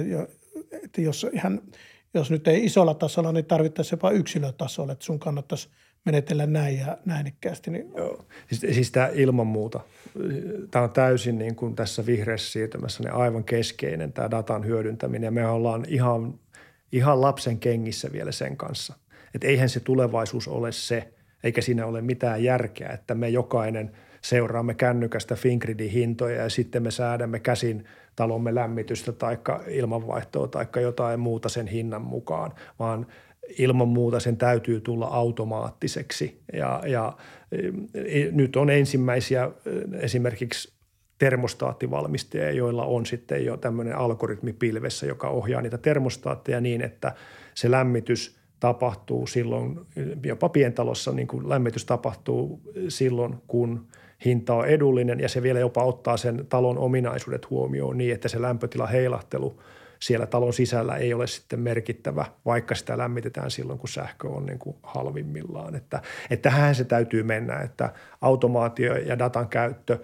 jos nyt ei isolla tasolla, niin tarvittaisiin jopa yksilötasolla, että sun kannattaisi menetellä näin ja näinikkäästi. Niin. Joo. Siis tämä ilman muuta. Tämä on täysin niin kuin tässä vihreässä siirtymässä niin aivan keskeinen tämä datan hyödyntäminen ja me ollaan ihan lapsen kengissä vielä sen kanssa. Että eihän se tulevaisuus ole se, eikä siinä ole mitään järkeä, että me jokainen seuraamme kännykästä Fingridin hintoja ja sitten me säädämme käsin talomme lämmitystä tai ilmanvaihtoa tai jotain muuta sen hinnan mukaan, vaan ilman muuta sen täytyy tulla automaattiseksi. Ja nyt on ensimmäisiä esimerkiksi termostaattivalmistajia, joilla on sitten jo tämmöinen algoritmi pilvessä, joka ohjaa niitä termostaatteja niin, että se lämmitys tapahtuu silloin, jopa pientalossa niin kuin lämmitys tapahtuu silloin, kun hinta on edullinen ja se vielä jopa ottaa sen talon ominaisuudet huomioon niin, että se lämpötila heilahtelu siellä talon sisällä ei ole sitten merkittävä, vaikka sitä lämmitetään silloin, kun sähkö on niin kuin halvimmillaan. Että tähän se täytyy mennä, että automaatio ja datan käyttö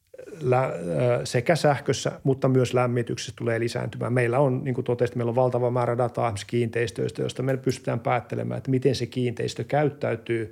sekä sähkössä, mutta myös lämmityksessä tulee lisääntymään. Meillä on, niin kuin totesit, meillä on valtava määrä dataa esimerkiksi kiinteistöistä, josta me pystytään päättelemään, että miten se kiinteistö käyttäytyy,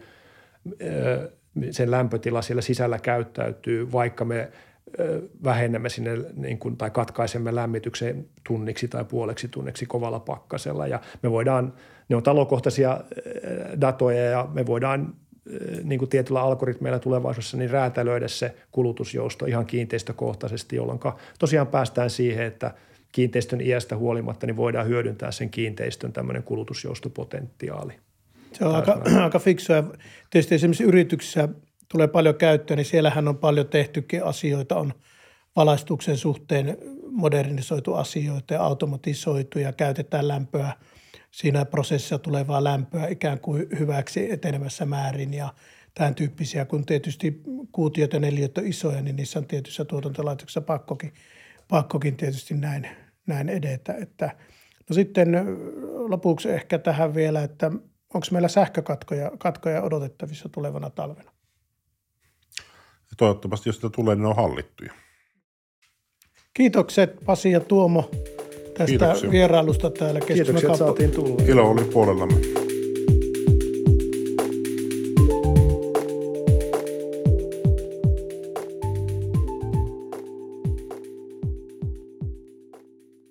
sen lämpötila siellä sisällä käyttäytyy, vaikka me vähennämme sinne niin kuin, tai katkaisemme lämmityksen tunniksi tai puoleksi tunniksi kovalla pakkasella. Ja me voidaan, ne on talokohtaisia datoja ja me voidaan niin kuin tietyllä algoritmeilla tulevaisuudessa niin räätälöidä se kulutusjousto ihan kiinteistökohtaisesti, jolloin tosiaan päästään siihen, että kiinteistön iästä huolimatta niin voidaan hyödyntää sen kiinteistön tämmöinen kulutusjoustopotentiaali. Se on aika fiksua. Tietysti esimerkiksi yrityksissä tulee paljon käyttöä, niin siellähän on paljon tehtykin asioita, on valaistuksen suhteen modernisoitu asioita ja automatisoitu ja käytetään lämpöä. Siinä prosessissa tulevaa lämpöä ikään kuin hyväksi etenemässä määrin ja tämän tyyppisiä, kun tietysti kuutiot ja neliöt on isoja, niin niissä on tietyissä tuotantolaitoksissa pakkokin tietysti näin edetä. No sitten lopuksi ehkä tähän vielä, että onko meillä sähkökatkoja odotettavissa tulevana talvena? Toivottavasti, jos sitä tulee, niin ne on hallittuja. Kiitokset Pasi ja Tuomo tästä vierailusta täällä. Kiitoksia, että saatiin tulla. Ilo oli puolellamme.